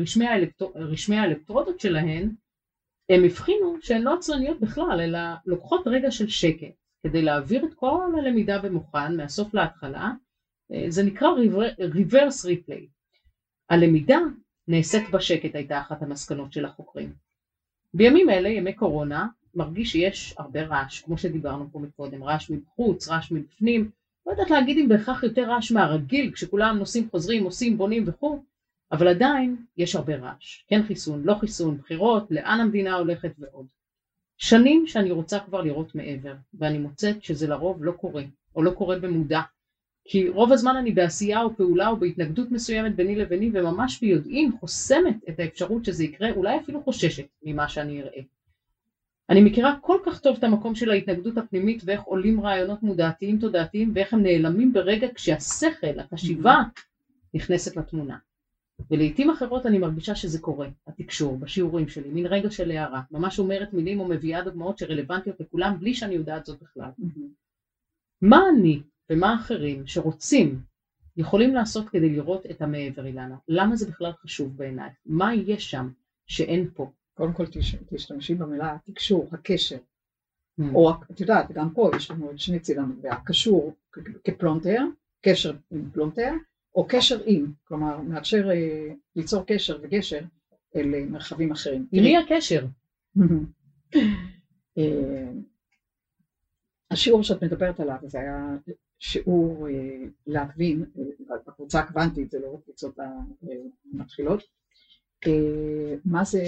[SPEAKER 1] ברשמי האלקטרודות שלהן, הם הבחינו שהן לא עצלניות בכלל, אלא לוקחות רגע של שקט, כדי להעביר את כל הלמידה במוכן מהסוף להתחלה. זה נקרא reverse replay. הלמידה נעשית בשקט הייתה אחת המסקנות של החוקרים. בימים אלה, ימי קורונה, מרגיש שיש הרבה רעש, כמו שדיברנו פה מקודם, רעש מבחוץ, רעש מבפנים, לא יודעת להגיד אם בהכרח יותר רעש מהרגיל, כשכולם נוסעים, חוזרים, עושים, בונים וכו', אבל עדיין יש הרבה רעש. כן חיסון, לא חיסון, בחירות, לאן המדינה הולכת ועוד. שנים שאני רוצה כבר לראות מעבר, ואני מוצאת שזה לרוב לא קורה, או לא קורה במודע, כי רוב הזמן אני בעשייה או פעולה או בהתנגדות מסוימת ביני לביני, וממש ביודעין חוסמת את האפשרות שזה יקרה, אולי אפילו חוששת ממה שאני אראה. אני מכירה כל כך טוב את המקום של ההתנגדות הפנימית, ואיך עולים רעיונות מודעתיים תודעתיים, ואיך הם נעלמים ברגע כשהשכל, החשיבה, נכנסת לתמונה. ולעיתים אחרות אני מרגישה שזה קורה, התקשור, בשיעורים שלי, מין רגע של הערה, ממש אומרת מילים או מביאה דוגמאות שרלוונטיות לכולם, בלי שאני יודעת זאת בכלל. מה אני ומה אחרים שרוצים יכולים לעשות כדי לראות את המעבר, אילנה? למה זה בכלל חשוב בעיניי? מה יש שם שאין פה?
[SPEAKER 2] קודם כל תשתמשי במילה תקשור, הקשר. או את יודעת, גם פה יש לנו את שני צידי המטבע, קשור כפלונטר, קשר עם פלונטר, או קשר עם, כלומר מאפשר ליצור קשר וגשר אל מרחבים אחרים.
[SPEAKER 1] עם מי הקשר?
[SPEAKER 2] השיעור שאת מדברת עליו זה היה שיעור להבין, בקבוצה הקוונטית, זה לא קבוצות המתחילות, מה זה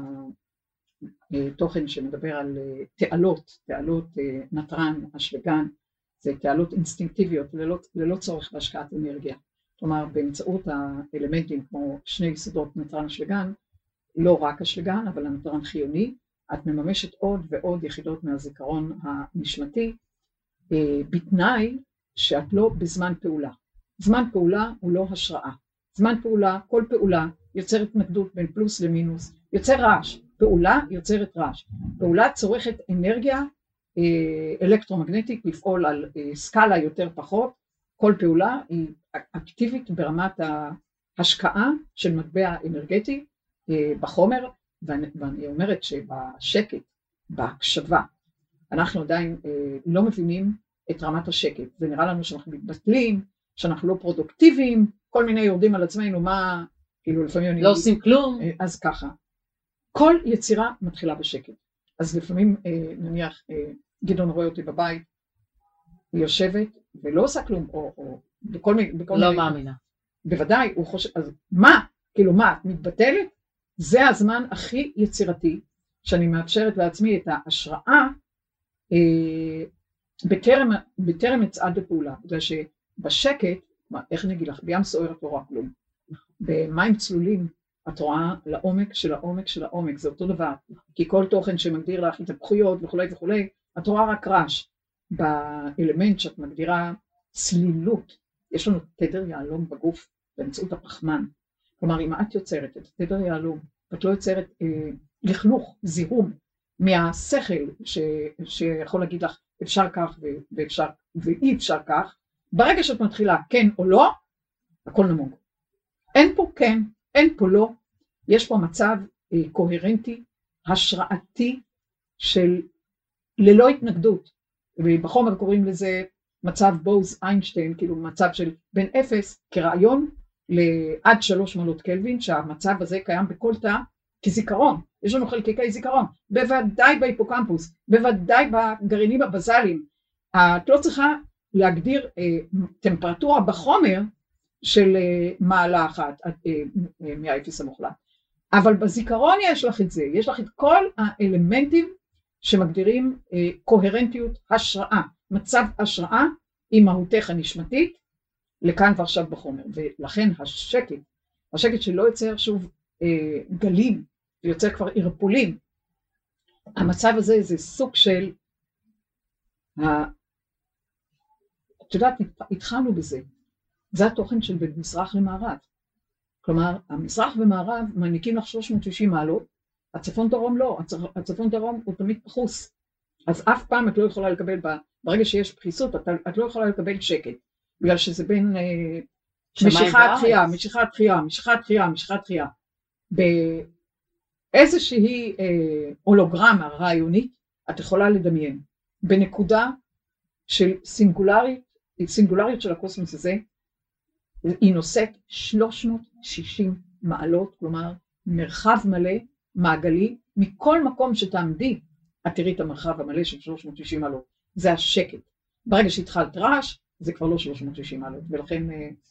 [SPEAKER 2] התוכן שמדבר על תעלות נטרן, אשלגן, זה תעלות אינסטינקטיביות ללא צורך בהשקעת אנרגיה. כלומר באמצעות האלמנטים כמו שני יסודות נטרן אשלגן, לא רק אשלגן אבל הנטרן חיוני, את מממשת עוד ועוד יחידות מהזיכרון הנשמתי, בתנאי שאת לא בזמן פעולה. זמן פעולה הוא לא השראה. זמן פעולה, כל פעולה יוצרת התנגדות בין פלוס למינוס, יוצר רעש. פעולה יוצרת רעש. פעולה צורכת אנרגיה אלקטרומגנטית לפעול על סקאלה יותר פחות. כל פעולה היא אקטיבית ברמת ההשקעה של מטבע אנרגטי בחומר, ואני אומרת שבשקט, בהקשבה, אנחנו עדיין לא מבינים את רמת השקט. זה נראה לנו שאנחנו מתבטלים, שאנחנו לא פרודוקטיביים, כל מיני יורדים על עצמנו, מה, כאילו לפעמים
[SPEAKER 1] לא עושים כלום.
[SPEAKER 2] אז ככה. כל יצירה מתחילה בשקט. אז לפעמים נניח גדעון רואה אותי בבית, היא יושבת ולא עושה כלום, או בכל
[SPEAKER 1] לא מאמינה.
[SPEAKER 2] בוודאי, הוא חושב, אז מה? כאילו מה, את מתבטלת? זה הזמן הכי יצירתי, שאני מאפשרת לעצמי את ההשראה, בטרם אצעד לפעולה, בגלל שבשקט, איך נגיד לך, בים סוער את לא רואה כלום, במים צלולים את רואה לעומק של העומק של העומק, זה אותו דבר, כי כל תוכן שמגדיר לך התהפכויות וכולי וכולי, את רואה רק רעש. באלמנט שאת מגדירה צלילות, יש לנו תדר יהלום בגוף באמצעות הפחמן. כלומר, אם את יוצרת את התדר יהלום, ואת לא יוצרת לכלוך, זיהום, מהשכל שיכול להגיד לך אפשר כך ואי אפשר כך, ברגע שאת מתחילה כן או לא, הכל נמוג. אין פה כן, אין פה לא, יש פה מצב קוהרנטי, השראתי של ללא התנגדות, ובחומר קוראים לזה מצב בוז איינשטיין, כאילו מצב של בין 0 כרעיון לעד 3 מעלות קלווין, שהמצב הזה קיים בכל תא כזיכרון, יש לנו חלקיקי זיכרון, בוודאי בהיפוקמפוס, בוודאי בגרעינים הבזליים, את לא צריכה להגדיר טמפרטורה בחומר של מעלה אחת מהאפס המוחלט, אבל בזיכרון יש לך את זה, יש לך את כל האלמנטים שמגדירים קוהרנטיות, השראה, מצב השראה עם מהותך הנשמתית לכאן ועכשיו בחומר, ולכן השקט שלא יוצר שוב גלים ויוצר כבר ערפולים, המצב הזה זה סוג של, את יודעת, התחלנו בזה, זה התוכן של בין מזרח למערב, כלומר המזרח ומערב מעניקים לך 360 מעלות, הצפון דרום לא, הצפון דרום הוא תמיד פחוס, אז אף פעם את לא יכולה לקבל, ברגע שיש פחיסות את לא יכולה לקבל שקט, בגלל שזה בין משיכת דחייה, באיזושהי הולוגרמה רעיונית, את יכולה לדמיין, בנקודה של סינגולריות של הקוסמוס הזה, היא נושאת 360 מעלות, כלומר מרחב מלא, מעגלי, מכל מקום שתעמדי, את תראי את המרחב המלא של 360 מעלות, זה השקט. ברגע שהתחלת רעש, זה כבר לא 360 מעלות, ולכן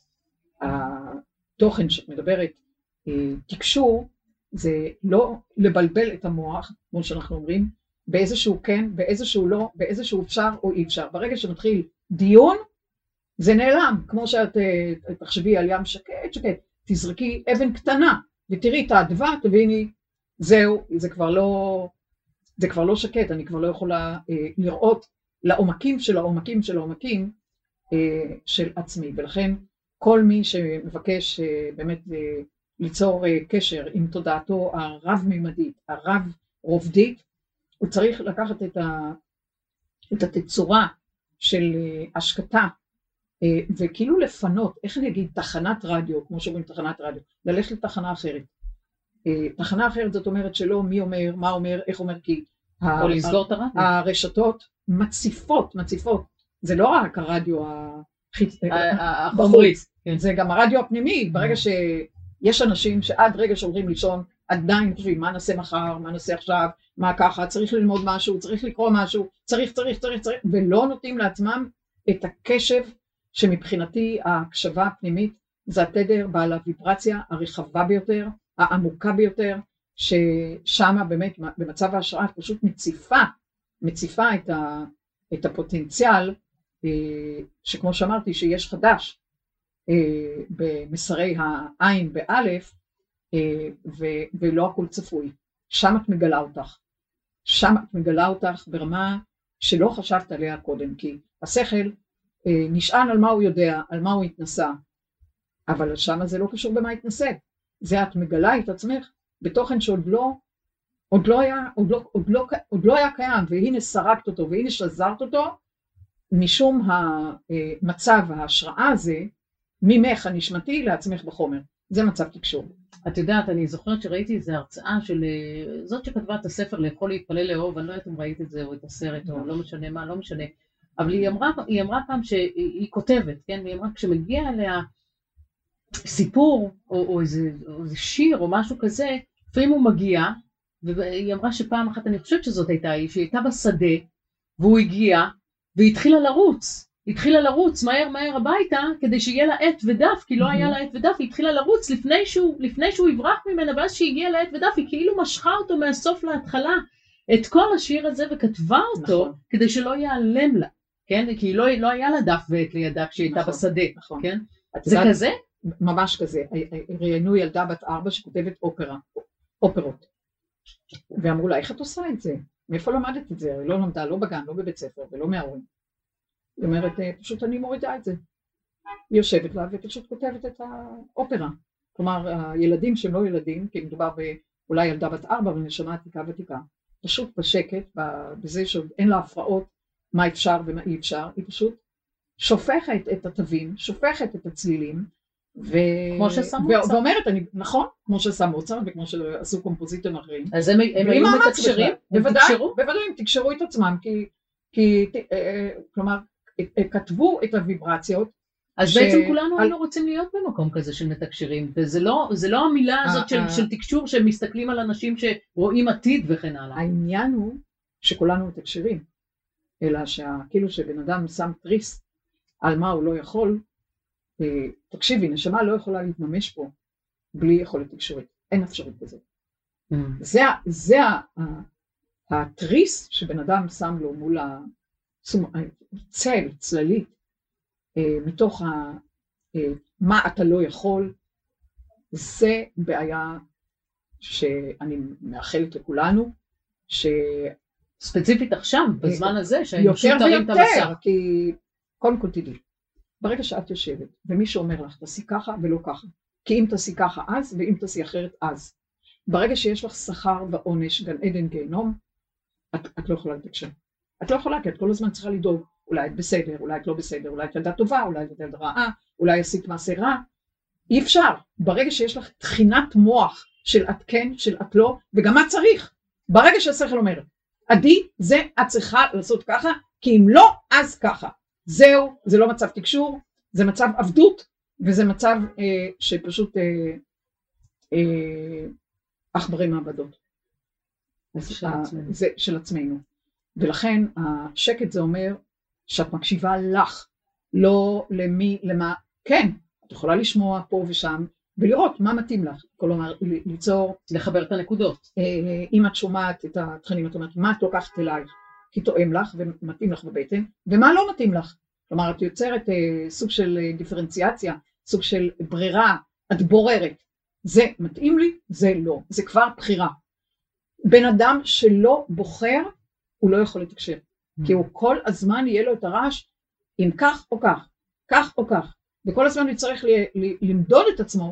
[SPEAKER 2] התוכן שאת מדברת, תקשור, זה לא לבלבל את המוח, כמו שאנחנו אומרים, באיזשהו כן, באיזשהו לא, באיזשהו אפשר או אי אפשר. ברגע שמתחיל דיון, זה נעלם, כמו שאת תחשבי על ים שקט, תזרקי אבן קטנה, ותראי את האדווה, תביני, זהו, זה כבר לא שקט, אני כבר לא יכולה לראות לעומקים של עצמי, ולכן כל מי שמבקש באמת ליצור קשר עם תודעתו הרב-מימדית, הרב-רובדית, הוא צריך לקחת את התצורה של השקטה, וכאילו לפנות, איך אני אגיד, תחנת רדיו, כמו שאומרים תחנת רדיו, ללכת לתחנה אחרת. תחנה אחרת זאת אומרת שלא מי אומר, מה אומר, איך אומר, כי
[SPEAKER 1] או לסגור את הרדיו.
[SPEAKER 2] הרשתות מציפות, זה לא רק הרדיו
[SPEAKER 1] החומרי,
[SPEAKER 2] זה גם הרדיו הפנימי, ברגע שיש אנשים שעד רגע שעוברים לישון, עדיין חושבים מה נעשה מחר, מה נעשה עכשיו, מה ככה, צריך ללמוד משהו, צריך לקרוא משהו, צריך, ולא נותנים לעצמם את הקשב שמבחינתי ההקשבה הפנימית זה התדר בעל הוויברציה הרחבה ביותר, העמוקה ביותר, ששמה באמת במצב ההשראה פשוט מציפה את הפוטנציאל, שכמו שאמרתי שיש חדש במסרי העין באלף, ולא הכל צפוי. שם את מגלה אותך ברמה שלא חשבת עליה קודם, כי השכל נשען על מה הוא יודע, על מה הוא התנסה, אבל שם זה לא קשור במה התנסה, זה את מגלה את עצמך בתוכן שעוד לא היה קיים, והנה סרקת אותו והנה שזרת אותו, משום המצב ההשראה הזה, ממך הנשמתי לעצמך בחומר, זה מצב תקשור.
[SPEAKER 1] את יודעת, אני זוכרת שראיתי איזו הרצאה של זאת שכתבה את הספר לאכול להתפלל לאהוב, אני לא יודעת אם ראית את זה או את הסרט או לא משנה מה, לא משנה, אבל היא אמרה פעם שהיא כותבת, כן? והיא אמרה כשמגיע אליה סיפור או איזה שיר או משהו כזה, לפעמים הוא מגיע, והיא אמרה שפעם אחת, אני חושבת שזאת הייתה היא, שהיא הייתה בשדה, והוא הגיע, והיא התחילה לרוץ מהר הביתה, כדי שיהיה לה עת ודף, כי לא היה לה עת ודף, היא התחילה לרוץ לפני שהוא יברח ממנה, ואז שהיא הגיעה לעת ודף, היא כאילו משכה אותו מהסוף להתחלה, את כל השיר הזה, וכתבה אותו, נכון. כדי שלא ייעלם לה, כן? כי לא היה לה דף ועת לידה, כשהיא הייתה בשדה,
[SPEAKER 2] נכון.
[SPEAKER 1] כן? זה כזה?
[SPEAKER 2] ממש כזה, ראיינו ילדה בת 4 שכותבת אופרות, ואמרו לה, איך את עושה את זה? מאיפה למדת את זה? לא למדה, לא בגן, לא בבית ספר ולא מההורים. זאת אומרת, פשוט אני מורידה את זה. היא יושבת לה ופשוט כותבת את האופרה. כלומר, הילדים שהם לא ילדים, כי מדובר באולי ילדה בת 4 ונשמה עתיקה ותיקה, פשוט בשקט, בזה שאין לה הפרעות, מה אפשר ומה אי אפשר, היא פשוט שופכת את התווים, שופכת את הצלילים,
[SPEAKER 1] כמו ששם מוצר.
[SPEAKER 2] ואומרת, נכון, כמו ששם מוצר וכמו שעשו קומפוזיטורים אחרים.
[SPEAKER 1] אז הם היו מתקשרים?
[SPEAKER 2] בוודאי, הם תקשרו את עצמם, כי כלומר, כתבו את הוויברציות.
[SPEAKER 1] אז בעצם כולנו היינו רוצים להיות במקום כזה של מתקשרים, וזה לא המילה הזאת של תקשור שמסתכלים על אנשים שרואים עתיד וכן הלאה.
[SPEAKER 2] העניין הוא שכולנו מתקשרים, אלא כאילו שבן אדם שם תריס על מה הוא לא יכול, תקשיבי, נשמה לא יכולה להתממש פה בלי יכולת תקשורית, אין אפשרות בזה. זה התריס שבן אדם שם לו מול צללית, מתוך מה אתה לא יכול, זה בעיה שאני מאחלת לכולנו,
[SPEAKER 1] ספציפית עכשיו, בזמן הזה,
[SPEAKER 2] יותר ויותר, כי קודם כל תדעי, ברגע שאת יושבת, ומישהו אומר לך, תעשי ככה ולא ככה, כי אם תעשי ככה אז, ואם תעשי אחרת אז, ברגע שיש לך שכר ועונש, גן עדן גיהנום, את לא יכולה לתקשר. את לא יכולה, כי את כל הזמן צריכה לדאוג, אולי את בסדר, אולי את לא בסדר, אולי את ילדה טובה, אולי את ילדה רעה, אולי עשית מעשה רע. אי אפשר. ברגע שיש לך תחינת מוח של את כן, של את לא, וגם מה צריך. ברגע שהשכל אומר, עדי, זה את צריכה לעשות ככה, כי אם לא, אז ככה. זהו, זה לא מצב תקשור, זה מצב עבדות, וזה מצב שפשוט עכברי מעבדות. זה של עצמנו. ולכן השקט זה אומר שאת מקשיבה לך, לא למי, למה, כן, את יכולה לשמוע פה ושם, ולראות מה מתאים לך, כלומר ליצור,
[SPEAKER 1] לחבר את הנקודות.
[SPEAKER 2] אם את שומעת את התכנים, את אומרת, מה את לוקחת אלייך, כי תואם לך ומתאים לך בבטן, ומה לא מתאים לך, כלומר את יוצרת סוג של דיפרנציאציה, סוג של ברירה, את בוררת, זה מתאים לי, זה לא, זה כבר בחירה. בן אדם שלא בוחר, הוא לא יכול לתקשר, כי הוא כל הזמן יהיה לו את הרעש, אם כך או כך, כך או כך, וכל הזמן הוא צריך למדוד את עצמו,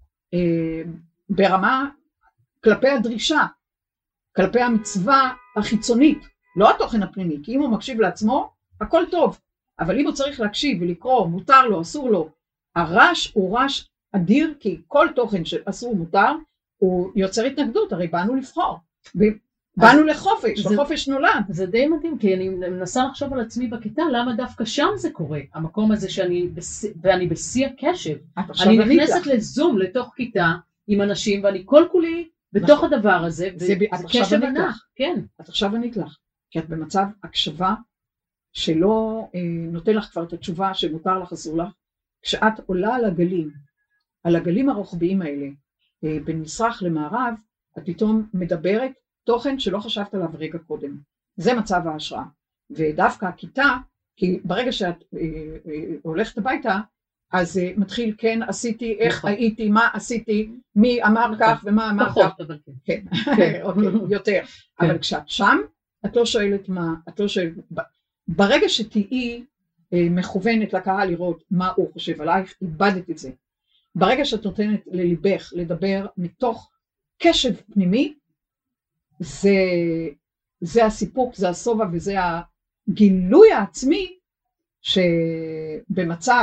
[SPEAKER 2] ברמה כלפי הדרישה, כלפי המצווה החיצונית, לא התוכן הפנימי, כי אם הוא מקשיב לעצמו, הכל טוב, אבל אם הוא צריך להקשיב ולקרוא, מותר לו, אסור לו, הרעש הוא רעש אדיר, כי כל תוכן שאסור מותר, הוא יוצר התנגדות, הרי באנו לבחור, באנו לחופש, החופש נולד.
[SPEAKER 1] זה די מדהים, כי אני מנסה לחשוב על עצמי בכיתה, למה דווקא שם זה קורה, המקום הזה ואני בשיא הקשב, אני נכנסת לזום לתוך כיתה עם אנשים, ואני כל כולי בתוך הדבר הזה, וזה קשב ענק.
[SPEAKER 2] את עכשיו ענית לך, כי את במצב הקשבה, שלא נותן לך כבר את התשובה שמותר לך, אסור לך, כשאת עולה על הגלים הרוחביים האלה, בין מזרח למערב, את פתאום מדברת, תוכן שלא חשבת עליו רגע קודם. זה מצב ההשראה. ודווקא הכיתה, כי ברגע שאת הולכת הביתה, אז מתחיל, כן, עשיתי, איך הייתי, מה עשיתי, מי אמר כך ומה אמר כך. כן, יותר. אבל כשאת שם, את לא שואלת מה, את לא שואלת, ברגע שתהיי מכוונת לקהל לראות מה הוא חושב עלייך, איבדת את זה. ברגע שאת נותנת לליבך לדבר מתוך קשב פנימי, זה הסיפוק, זה הסובה וזה הגילוי העצמי שבמצב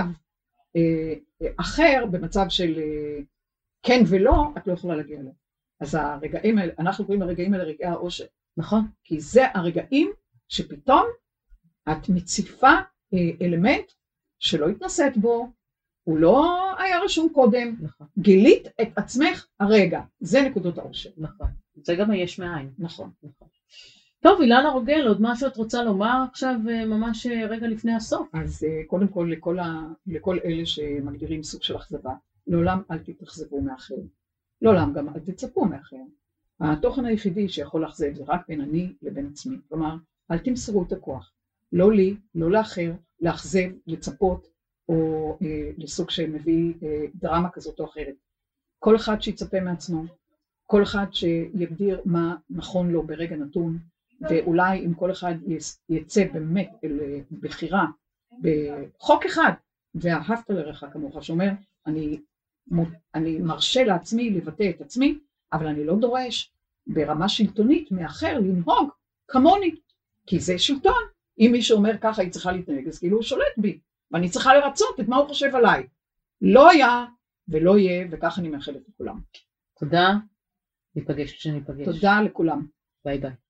[SPEAKER 2] אחר, במצב של כן ולא, את לא יכולה להגיע לו. אז הרגעים האלה, אנחנו קוראים לרגעים האלה רגעי האושר.
[SPEAKER 1] נכון.
[SPEAKER 2] כי זה הרגעים שפתאום את מציפה אלמנט שלא התנסית בו, הוא לא היה רשום קודם,
[SPEAKER 1] נכון.
[SPEAKER 2] גילית את עצמך הרגע, זה נקודות האושר.
[SPEAKER 1] נכון. זה גם היש מאין.
[SPEAKER 2] נכון.
[SPEAKER 1] טוב, אילנה רוגל, עוד משהו את רוצה לומר עכשיו ממש רגע לפני הסוף?
[SPEAKER 2] אז קודם כל לכל אלה שמגדירים סוג של אכזבה, לעולם אל תתאכזבו מאחר. לעולם גם אל תצפו מאחר. התוכן היחידי שיכול לאכזב זה רק בין אני לבין עצמי. כלומר, אל תמסרו את הכוח. לא לי, לא לאחר, לאכזב, לצפות, או לסוג שמביא דרמה כזאת או אחרת. כל אחד שיצפה מעצמו, כל אחד שיגדיר מה נכון לו ברגע נתון, ואולי אם כל אחד יצא באמת אל בחירה בחוק אחד, ואהבת לרעך כמוך, שאומר אני מרשה לעצמי לבטא את עצמי, אבל אני לא דורש ברמה שלטונית מאחר לנהוג כמוני, כי זה שלטון. אם מישהו אומר ככה היא צריכה להתנהג, אז כאילו הוא שולט בי, ואני צריכה לרצות את מה הוא חושב עליי. לא היה ולא יהיה, וכך אני מאחלת לכולם.
[SPEAKER 1] תודה, ניפגש כשניפגש.
[SPEAKER 2] תודה לכולם.
[SPEAKER 1] ביי ביי.